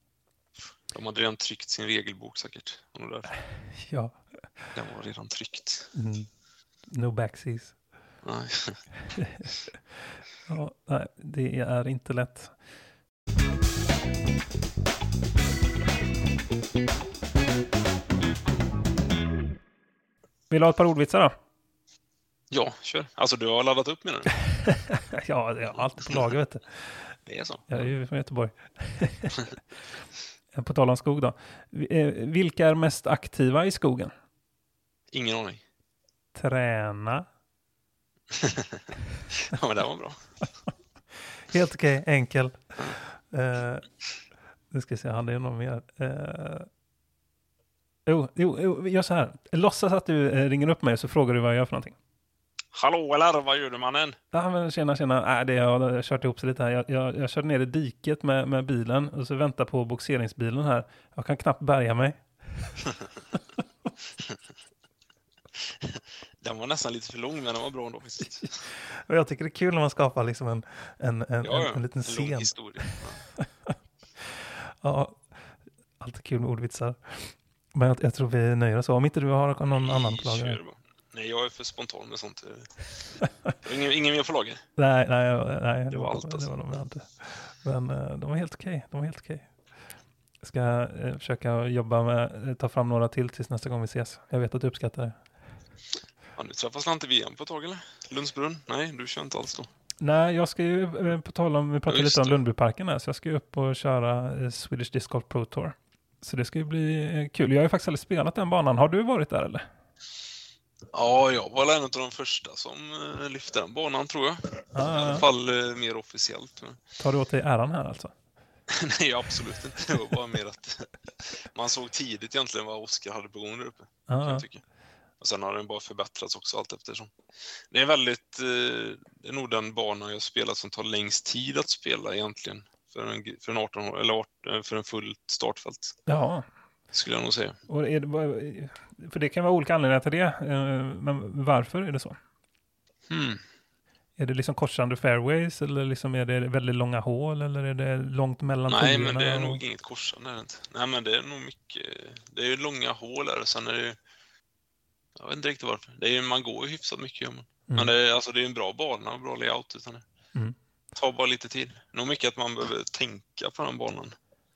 De hade redan tryckt sin regelbok säkert. Där. Ja. Den var redan tryckt. Mm. No backseas. Nej. Ja, nej, det är inte lätt. Vill du ha ett par ordvitsar då? Ja, kör. Alltså du har laddat upp med den. Ja, jag har alltid på lager, vet du. Det är så. Jag är ju från Göteborg. På tal om skog då. Vilka är mest aktiva i skogen? Ingen aning. Träna. Ja, men det var bra. Helt okej, okay, enkel. Uh, nu ska jag se, hade jag någon mer? Uh, jo, jo, jo, gör så här. Låtsas att du uh, ringer upp mig och så frågar du vad jag gör för någonting. Hallå, eller vad gör du, mannen? Ja, men tjena, tjena. Äh, det jag har kört ihop sig lite här. Jag, jag, jag körde ner i diket med, med bilen och så väntar på boxeringsbilen här. Jag kan knappt bärga mig. Den var nästan lite för lång, men den var bra ändå. Och jag tycker det är kul när man skapar liksom en, en, en, ja, ja. en, en liten en scen. Lång historia. Ja. Ja, alltid kul med ordvitsar. Men jag, jag tror vi nöjer oss. Om inte du har någon annan på lager. Nej, jag är för spontan med sånt. ingen, ingen mer på lager. Nej, nej, nej. Det var allt. Alltså. Det var de inte. Men uh, de var helt okej. Okay. De var helt okej. Okay. Jag ska uh, försöka jobba med, uh, ta fram några till tills nästa gång vi ses. Jag vet att du uppskattar det. Ja, nu träffas inte vi igen på ett tag, eller? Lundsbrunn? Nej, du kör inte alls då. Nej, jag ska ju, eh, på tal om, vi pratade Ja, just lite om det. Lundbyparken här, så jag ska ju upp och köra eh, Swedish Disc Golf Pro Tour. Så det ska ju bli eh, kul. Jag har ju faktiskt aldrig spelat den banan. Har du varit där eller? Ja, jag var en av de första som eh, lyfte den banan, tror jag. Ah, I alla fall eh, mer officiellt. Men... Tar du åt dig äran här alltså? Nej, absolut inte. Det var bara mer att man såg tidigt egentligen vad Oskar hade på gång där uppe. Ah, Kan jag tycka. Och sen har den bara förbättrats också allt eftersom. Det är väldigt, eh, det är nog den banan jag spelat som tar längst tid att spela egentligen. För en, för en arton år, eller arton, för en fullt startfält. ja. Skulle jag nog säga. Och är det, för det kan vara olika anledningar till det. eh, Men varför är det så? Hmm. Är det liksom korsande fairways eller liksom är det väldigt långa hål eller är det långt mellan Nej, turerna men det är och... nog inget korsande. Är det inte. Nej, men det är nog mycket... Det är ju långa hål där och sen är det ju... Jag vet inte riktigt varför. Det är ju, man går ju hyfsat mycket. Ja, men Mm. men det är, alltså, det är en bra bana och bra layout. Utan det Mm. tar bara lite tid. Nog mycket att man behöver tänka på den banan.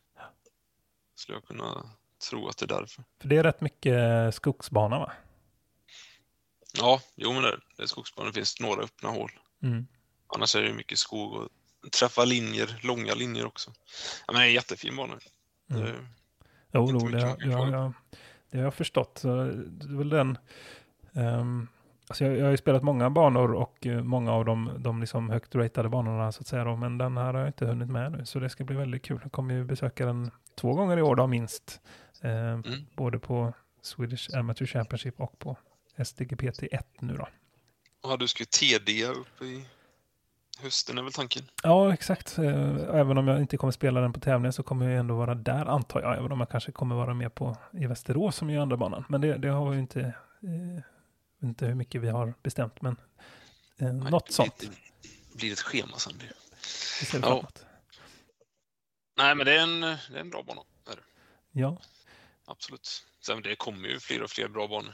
Skulle jag kunna tro att det är därför. För det är rätt mycket skogsbana va? Ja, jo men det, det är skogsbana. Det finns några öppna hål. Mm. Annars är det mycket skog och träffa linjer, långa linjer också. Ja, men det är en jättefin bana. Mm. Det, Jo, Inte då, mycket det, man kan ja, få. ja, det har jag förstått. Så det är väl den... ehm, alltså jag, jag har ju spelat många banor och eh, många av de, de liksom högt ratade banorna så att säga. Då, men den här har jag inte hunnit med nu. Så det ska bli väldigt kul. Jag kommer ju besöka den två gånger i år då minst. Eh, Mm. Både på Swedish Amateur Championship och på S D G P T ett nu då. ja, du ska ju T D upp i hösten är väl tanken. Ja, exakt. Eh, Även om jag inte kommer spela den på tävlingen så kommer jag ändå vara där, antar jag. Även om jag kanske kommer vara med på i Västerås som är andra banan. Men det, det har vi ju inte, eh, inte hur mycket vi har bestämt. Men eh, Nej, något det sånt. blir- Det blir ett schema sen. Det. Det ser vi Ja. fram emot. Nej, men det är en, det är en bra bana. Är det. Ja, Absolut. Sen det kommer ju fler och fler bra banor.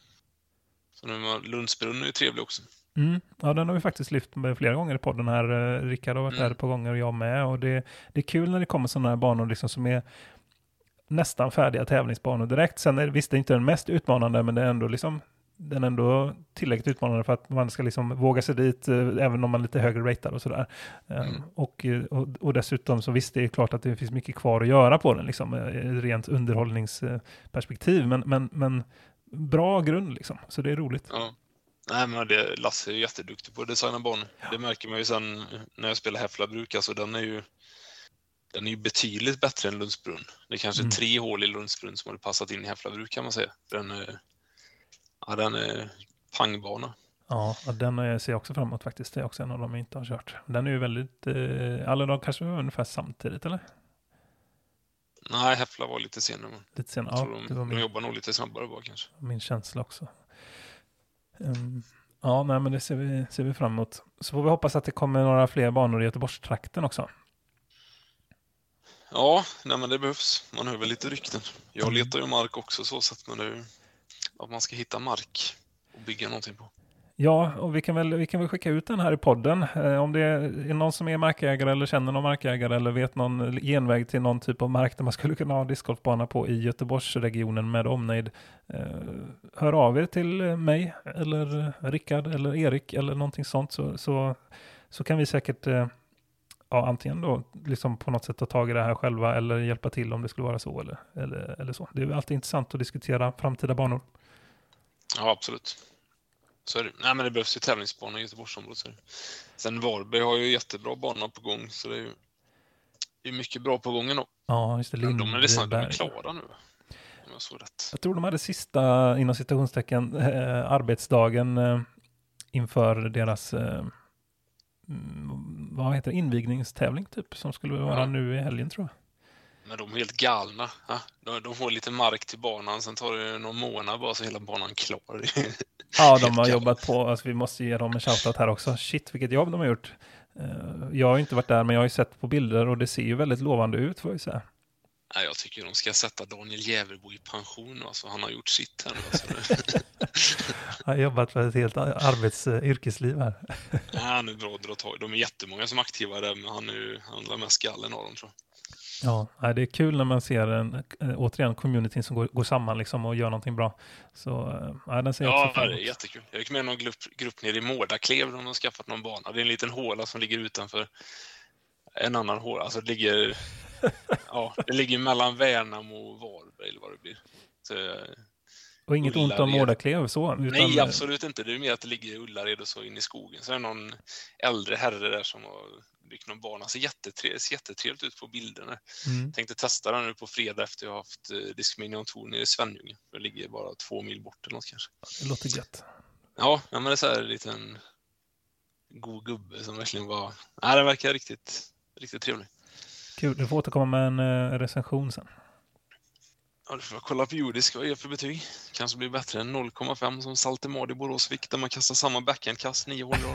Så nu var Lundsbrunn är ju trevlig också. mm. Ja, den har vi faktiskt lyft med flera gånger i podden här. Eh, Rickard har varit Mm. där ett par gånger och jag med. Och det, det är kul när det kommer sådana här banor liksom som är nästan färdiga tävlingsbanor direkt. Sen är visst det är inte den mest utmanande, men det är ändå liksom den är ändå tillräckligt utmanande för att man ska liksom våga sig dit eh, även om man är lite högre ratad och sådär. Eh, Mm. och, eh, och, och dessutom så visst det är klart att det finns mycket kvar att göra på den liksom, eh, rent underhållningsperspektiv, men, men, men bra grund liksom, så det är roligt. Ja. Nej, men det, Lasse är ju jätteduktig på att designa banor. Det märker man ju sen när jag spelar Häfflabruk. Alltså den är ju den är ju betydligt bättre än Lundsbrunn. Det är kanske Mm. tre hål i Lundsbrunn som hade passat in i Häfflabruk kan man säga. Den är, ja, den är pangbana. Ja, och den eh, ser jag också fram emot faktiskt. Det är också en av dem jag inte har kört. Den är ju väldigt, eh, alla de kanske var ungefär samtidigt eller? Nej, Häffla var lite senare. Men Lite sen, jag ja, tror de, det var de min, jobbar nog lite snabbare bara kanske. min känsla också. Ehm, ja, nej men det ser vi, ser vi fram emot. Så får vi hoppas att det kommer några fler banor i Göteborgstrakten också. Ja, nej men det behövs. Man hör väl lite rykten. Jag letar ju mark också så sätt, men det är ju att man ska hitta mark och bygga någonting på. Ja, och vi kan väl, vi kan väl skicka ut den här i podden. Eh, om det är någon som är markägare eller känner någon markägare eller vet någon genväg till någon typ av mark där man skulle kunna ha discgolfbana på i Göteborgsregionen med omnejd. Eh, hör av er till mig eller Rickard eller Erik eller någonting sånt så, så, så kan vi säkert eh, ja, antingen då liksom på något sätt ta tag i det här själva eller hjälpa till om det skulle vara så eller, eller, eller så. Det är alltid intressant att diskutera framtida banor. Ja, absolut. Så är det. Nej, men det behövs ju tävlingsbanor i Göteborgsområdet. Så är det. Sen Varberg har ju jättebra banor på gång, så det är ju det är mycket bra på gången då. Ja, just det. Men de är nästan de är Lindberg. klara nu. Om jag så rätt. Jag tror de hade sista, inom citationstecken, eh, arbetsdagen eh, inför deras eh, mm, vad heter det, invigningstävling typ, som skulle vara Ja. nu i helgen tror jag. Men de är helt galna. Ja? De, de får lite mark till banan, sen tar det någon månad bara så hela banan klar. Ja, de Helt har galet. jobbat på, alltså vi måste ge dem en shoutout här också. Shit, vilket jobb de har gjort. Eh, jag har ju inte varit där, men jag har ju sett på bilder och det ser ju väldigt lovande ut får jag säga. Nej, jag tycker de ska sätta Daniel Jäverbo i pension. Alltså, han har gjort sitt här nu. Alltså. Jag har jobbat för ett helt arbets, eh, yrkesliv här. Ja, han är bra att dra tag. De är jättemånga som är aktiva där, men han är ju han är mest gallen av dem tror jag. Ja, nej, det är kul när man ser en, äh, återigen communityn som går, går samman liksom och gör någonting bra. Så äh, den ser jag Ja, också fram det är emot. jättekul. Jag gick med någon grupp, grupp nere i Mårdaklev. De har skaffat någon bana. Det är en liten håla som ligger utanför en annan håla. Alltså det ligger, ja, det ligger mellan Värnamo och Varberg eller vad det blir. Så, Och inget ont om Mårdaklev så. Utan... Nej, absolut inte. Det är mer att det ligger i Ullared och så in i skogen. Så är det någon äldre herre där som har byggt någon bana. Så jättetrevligt, ser jättetrevligt ut på bilderna. Mm. Tänkte testa den nu på fredag efter jag har haft uh, Discmania Tour nere i Svenljunga. Det ligger bara två mil bort eller något kanske. Det låter gött. Ja, men det är så här en liten god gubbe som verkligen var... Nej, det verkar riktigt, riktigt trevlig. Kul, du får återkomma med en uh, recension sen. Ja, du får kolla på jordisk vad är för betyg. Kanske blir bättre än noll komma fem som Saltemad i Boråsvik där man kastar samma backhandkast nio hål.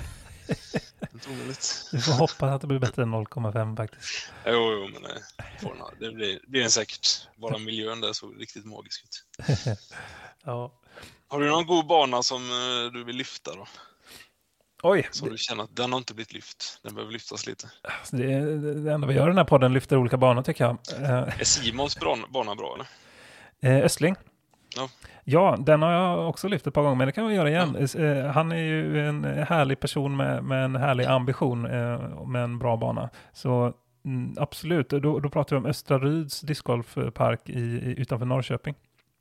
Du får hoppas att det blir bättre än noll komma fem faktiskt. Jo, jo men det, det blir, det blir säkert. Bara miljön där så riktigt magisk ut. Ja. Har du någon god bana som du vill lyfta då? Oj. Så det... du känner att den har inte blivit lyft. Den behöver lyftas lite. Alltså det, är, det enda vi gör i den här podden lyfter olika banor tycker jag. Är Simons bana bra eller? Östling. Ja. Ja, den har jag också lyft ett par gånger, men det kan vi göra igen. Ja. Han är ju en härlig person med, med en härlig ambition med en bra bana. Så mm, absolut, då, då pratar vi om Östra Ryds discgolfpark i, i, utanför Norrköping.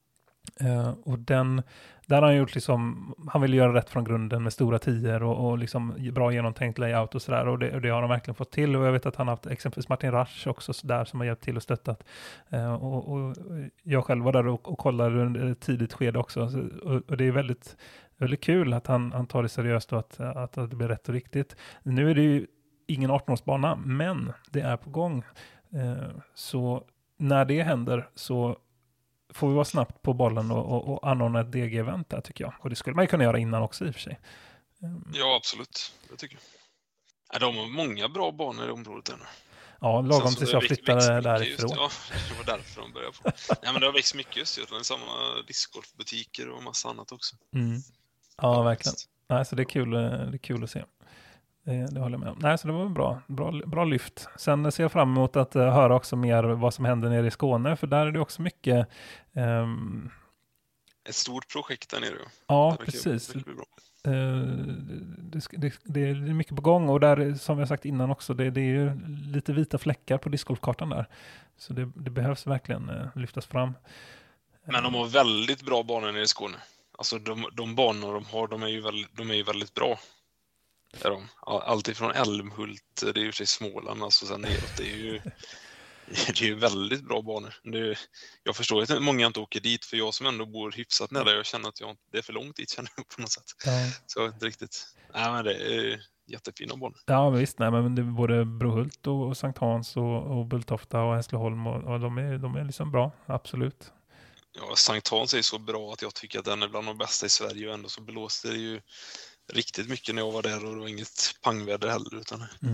Uh, och den, där har han gjort liksom, han vill göra rätt från grunden med stora tior och, och liksom bra genomtänkt layout och sådär, och det, och det har han verkligen fått till. Och jag vet att han har haft exempelvis Martin Rasch också där som har hjälpt till och stöttat. Uh, och, och jag själv var där och, och kollade under ett tidigt skede också, och, och det är väldigt, väldigt kul att han, han tar det seriöst och att, att, att det blir rätt och riktigt. Nu är det ju ingen arton-årsbana, men det är på gång. Uh, så när det händer så får vi vara snabbt på bollen och, och, och anordna ett D G-event där tycker jag. Och det skulle man ju kunna göra innan också i och för sig. Ja, absolut. Det tycker jag. Ja, de har många bra banor i området ännu. Ja, lagom tills jag flyttade därifrån. Just, ja, det var därför de började på. Nej, men det har växt mycket just det. Det är samma discgolfbutiker och massa annat också. Mm. Ja, ja, verkligen. Nej, så det är kul, det är kul att se. Det, det håller jag med om. Nej, så det var bra, bra, bra lyft. Sen ser jag fram emot att uh, höra också mer vad som händer nere i Skåne, för där är det också mycket... Um... Ett stort projekt där nere. Ja, det precis. Det, bra. Uh, det, det, det är mycket på gång, och där, som jag sagt innan också, det, det är ju lite vita fläckar på discgolfkartan där. Så det, det behövs verkligen uh, lyftas fram. Men de har väldigt bra banor nere i Skåne. Alltså de, de banor de har, de är ju väldigt, de är ju väldigt bra. Är de. Allt ifrån Älmhult, det är ju sig Småland, alltså sen neråt, det är ju det är ju väldigt bra banor. Det är, jag förstår att många inte åker dit, för jag som ändå bor hyfsat nära, jag känner att jag, det är för långt dit, känner jag på något sätt. Ja. Så inte riktigt. Nej, men det är jättefina banor. Ja, visst. Nej, men det är både Brohult och Sankt Hans och, och Bulltofta och Hässleholm, och, och de, är, de är liksom bra, absolut. Ja, Sankt Hans är så bra att jag tycker att den är bland de bästa i Sverige, och ändå så blåste det ju riktigt mycket när jag var där, och det var inget pangväder heller. Utan... Mm.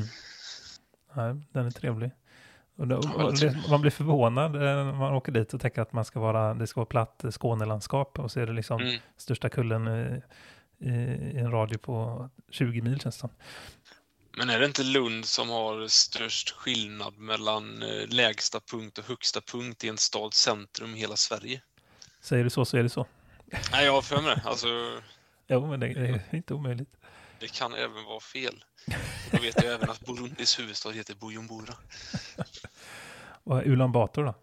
Nej, den är trevlig. Och det, och det, man blir förvånad när man åker dit och tänker att man ska vara, det ska vara platt Skånelandskap, och så är det liksom mm. största kullen i, i, i en radio på tjugo mil känns det som. Men är det inte Lund som har störst skillnad mellan lägsta punkt och högsta punkt i en stads centrum i hela Sverige? Säger du så så är det så. Nej, jag har för mig det. Alltså... Jo, men det är inte omöjligt. Det kan även vara fel. Jag vet ju även att Burundis huvudstad heter Bujumbura. Och Ulan Bator då?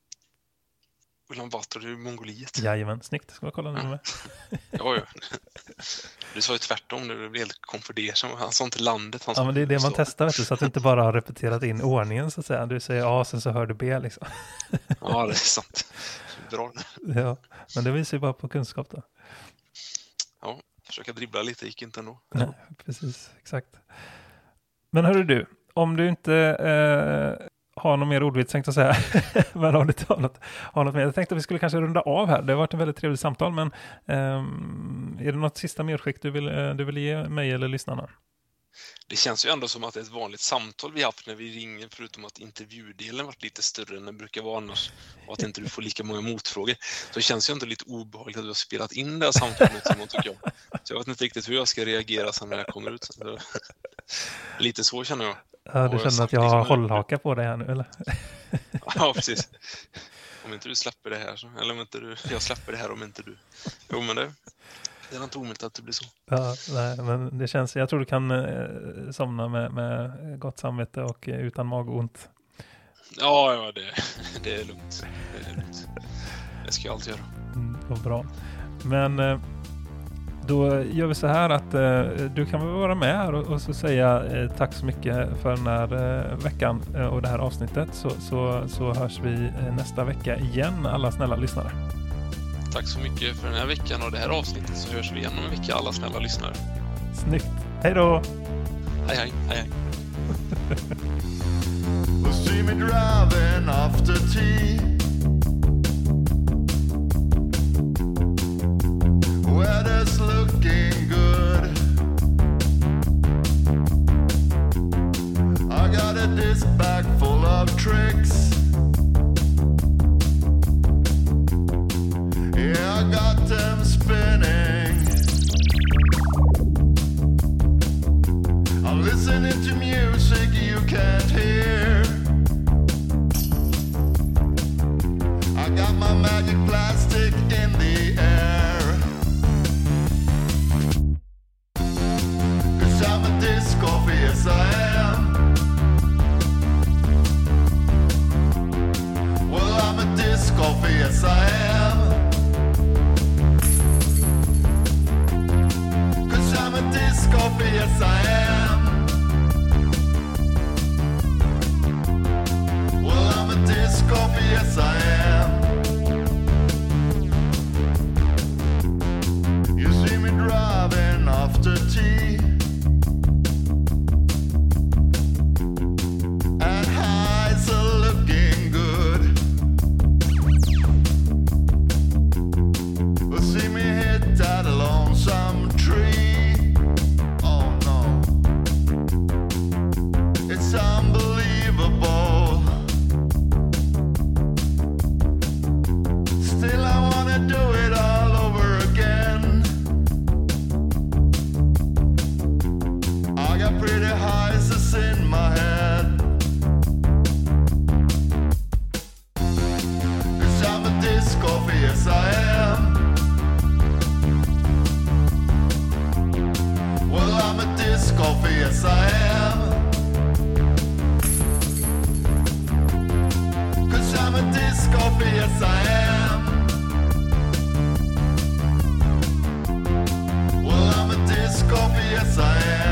Ulan Bator är Mongoliet. Jajamän, snyggt. Ska jag kolla nu med? Ja, ja. Du sa ju tvärtom nu, det blev helt konfundersam. Han sa inte landet. Han ja, men det är det man testar, vet du, så att du inte bara har repeterat in ordningen så att säga. Du säger A, sen så hör du B liksom. Ja, det är sant. Bra. Ja, men det visar ju bara på kunskap då. Ja, försöka dribbla lite, gick inte ändå. Nej, precis, exakt. Men hörru du, om du inte eh, har något mer ordvits tänkte jag säga, men om du inte har något, har något mer, jag tänkte att vi skulle kanske runda av här. Det har varit en väldigt trevligt samtal, men eh, är det något sista medskick du vill, du vill ge mig eller lyssnarna? Det känns ju ändå som att det är ett vanligt samtal vi haft när vi ringer, förutom att intervjudelen varit lite större än den brukar vara annars, och att inte du får lika många motfrågor. Så det känns ju inte lite obehagligt att du har spelat in det här samtalet som tycker jag. Så jag vet inte riktigt hur jag ska reagera sen när det kommer ut. Lite så känner jag. Ja, du känner att jag har hållhaka på dig här nu, eller? Ja, precis. Om inte du släpper det här så, eller om inte du, jag släpper det här om inte du. Jo, men det, det är inte omöjligt att det blir så. Ja, nej, men det känns, jag tror du kan eh, somna med, med gott samvete och eh, utan magont. Ja, ja det, det är lugnt. Det är lugnt. Det ska jag alltid göra. Mm, vad bra. Men eh, då gör vi så här att eh, du kan väl vara med här och, och så säga eh, tack så mycket för den här eh, veckan eh, och det här avsnittet. Så, så, så hörs vi eh, nästa vecka igen, alla snälla lyssnare. Tack så mycket för den här veckan och det här avsnittet, så hörs vi igen om en vecka, alla snälla lyssnare. Snyggt. Hej då! Hej, hej, hej, hej. Will see me driving after tea. Weather's looking good. I got a disc bag full of tricks. Yeah, I got them spinning. I'm listening to music you can't hear. I got my magic plastic in the air. 'Cause I'm a disc golfer, yes I am. Well, I'm a disc golfer, yes I am. 'Cause I'm a disc golfer, yes I am. Well, I'm a disc golfer, yes I am. You see me driving after tea. And highs are looking good. We'll see me hit that lonesome tree. Oh no, it's unbelievable. Still I wanna do it all over again. I got pretty highs that's in my head. 'Cause I'm a disc golfer, yes I am. Well, I'm a disc golfer, yes I am. 'Cause I'm a disc golfer, yes I am. Well, I'm a disc golfer, yes I am.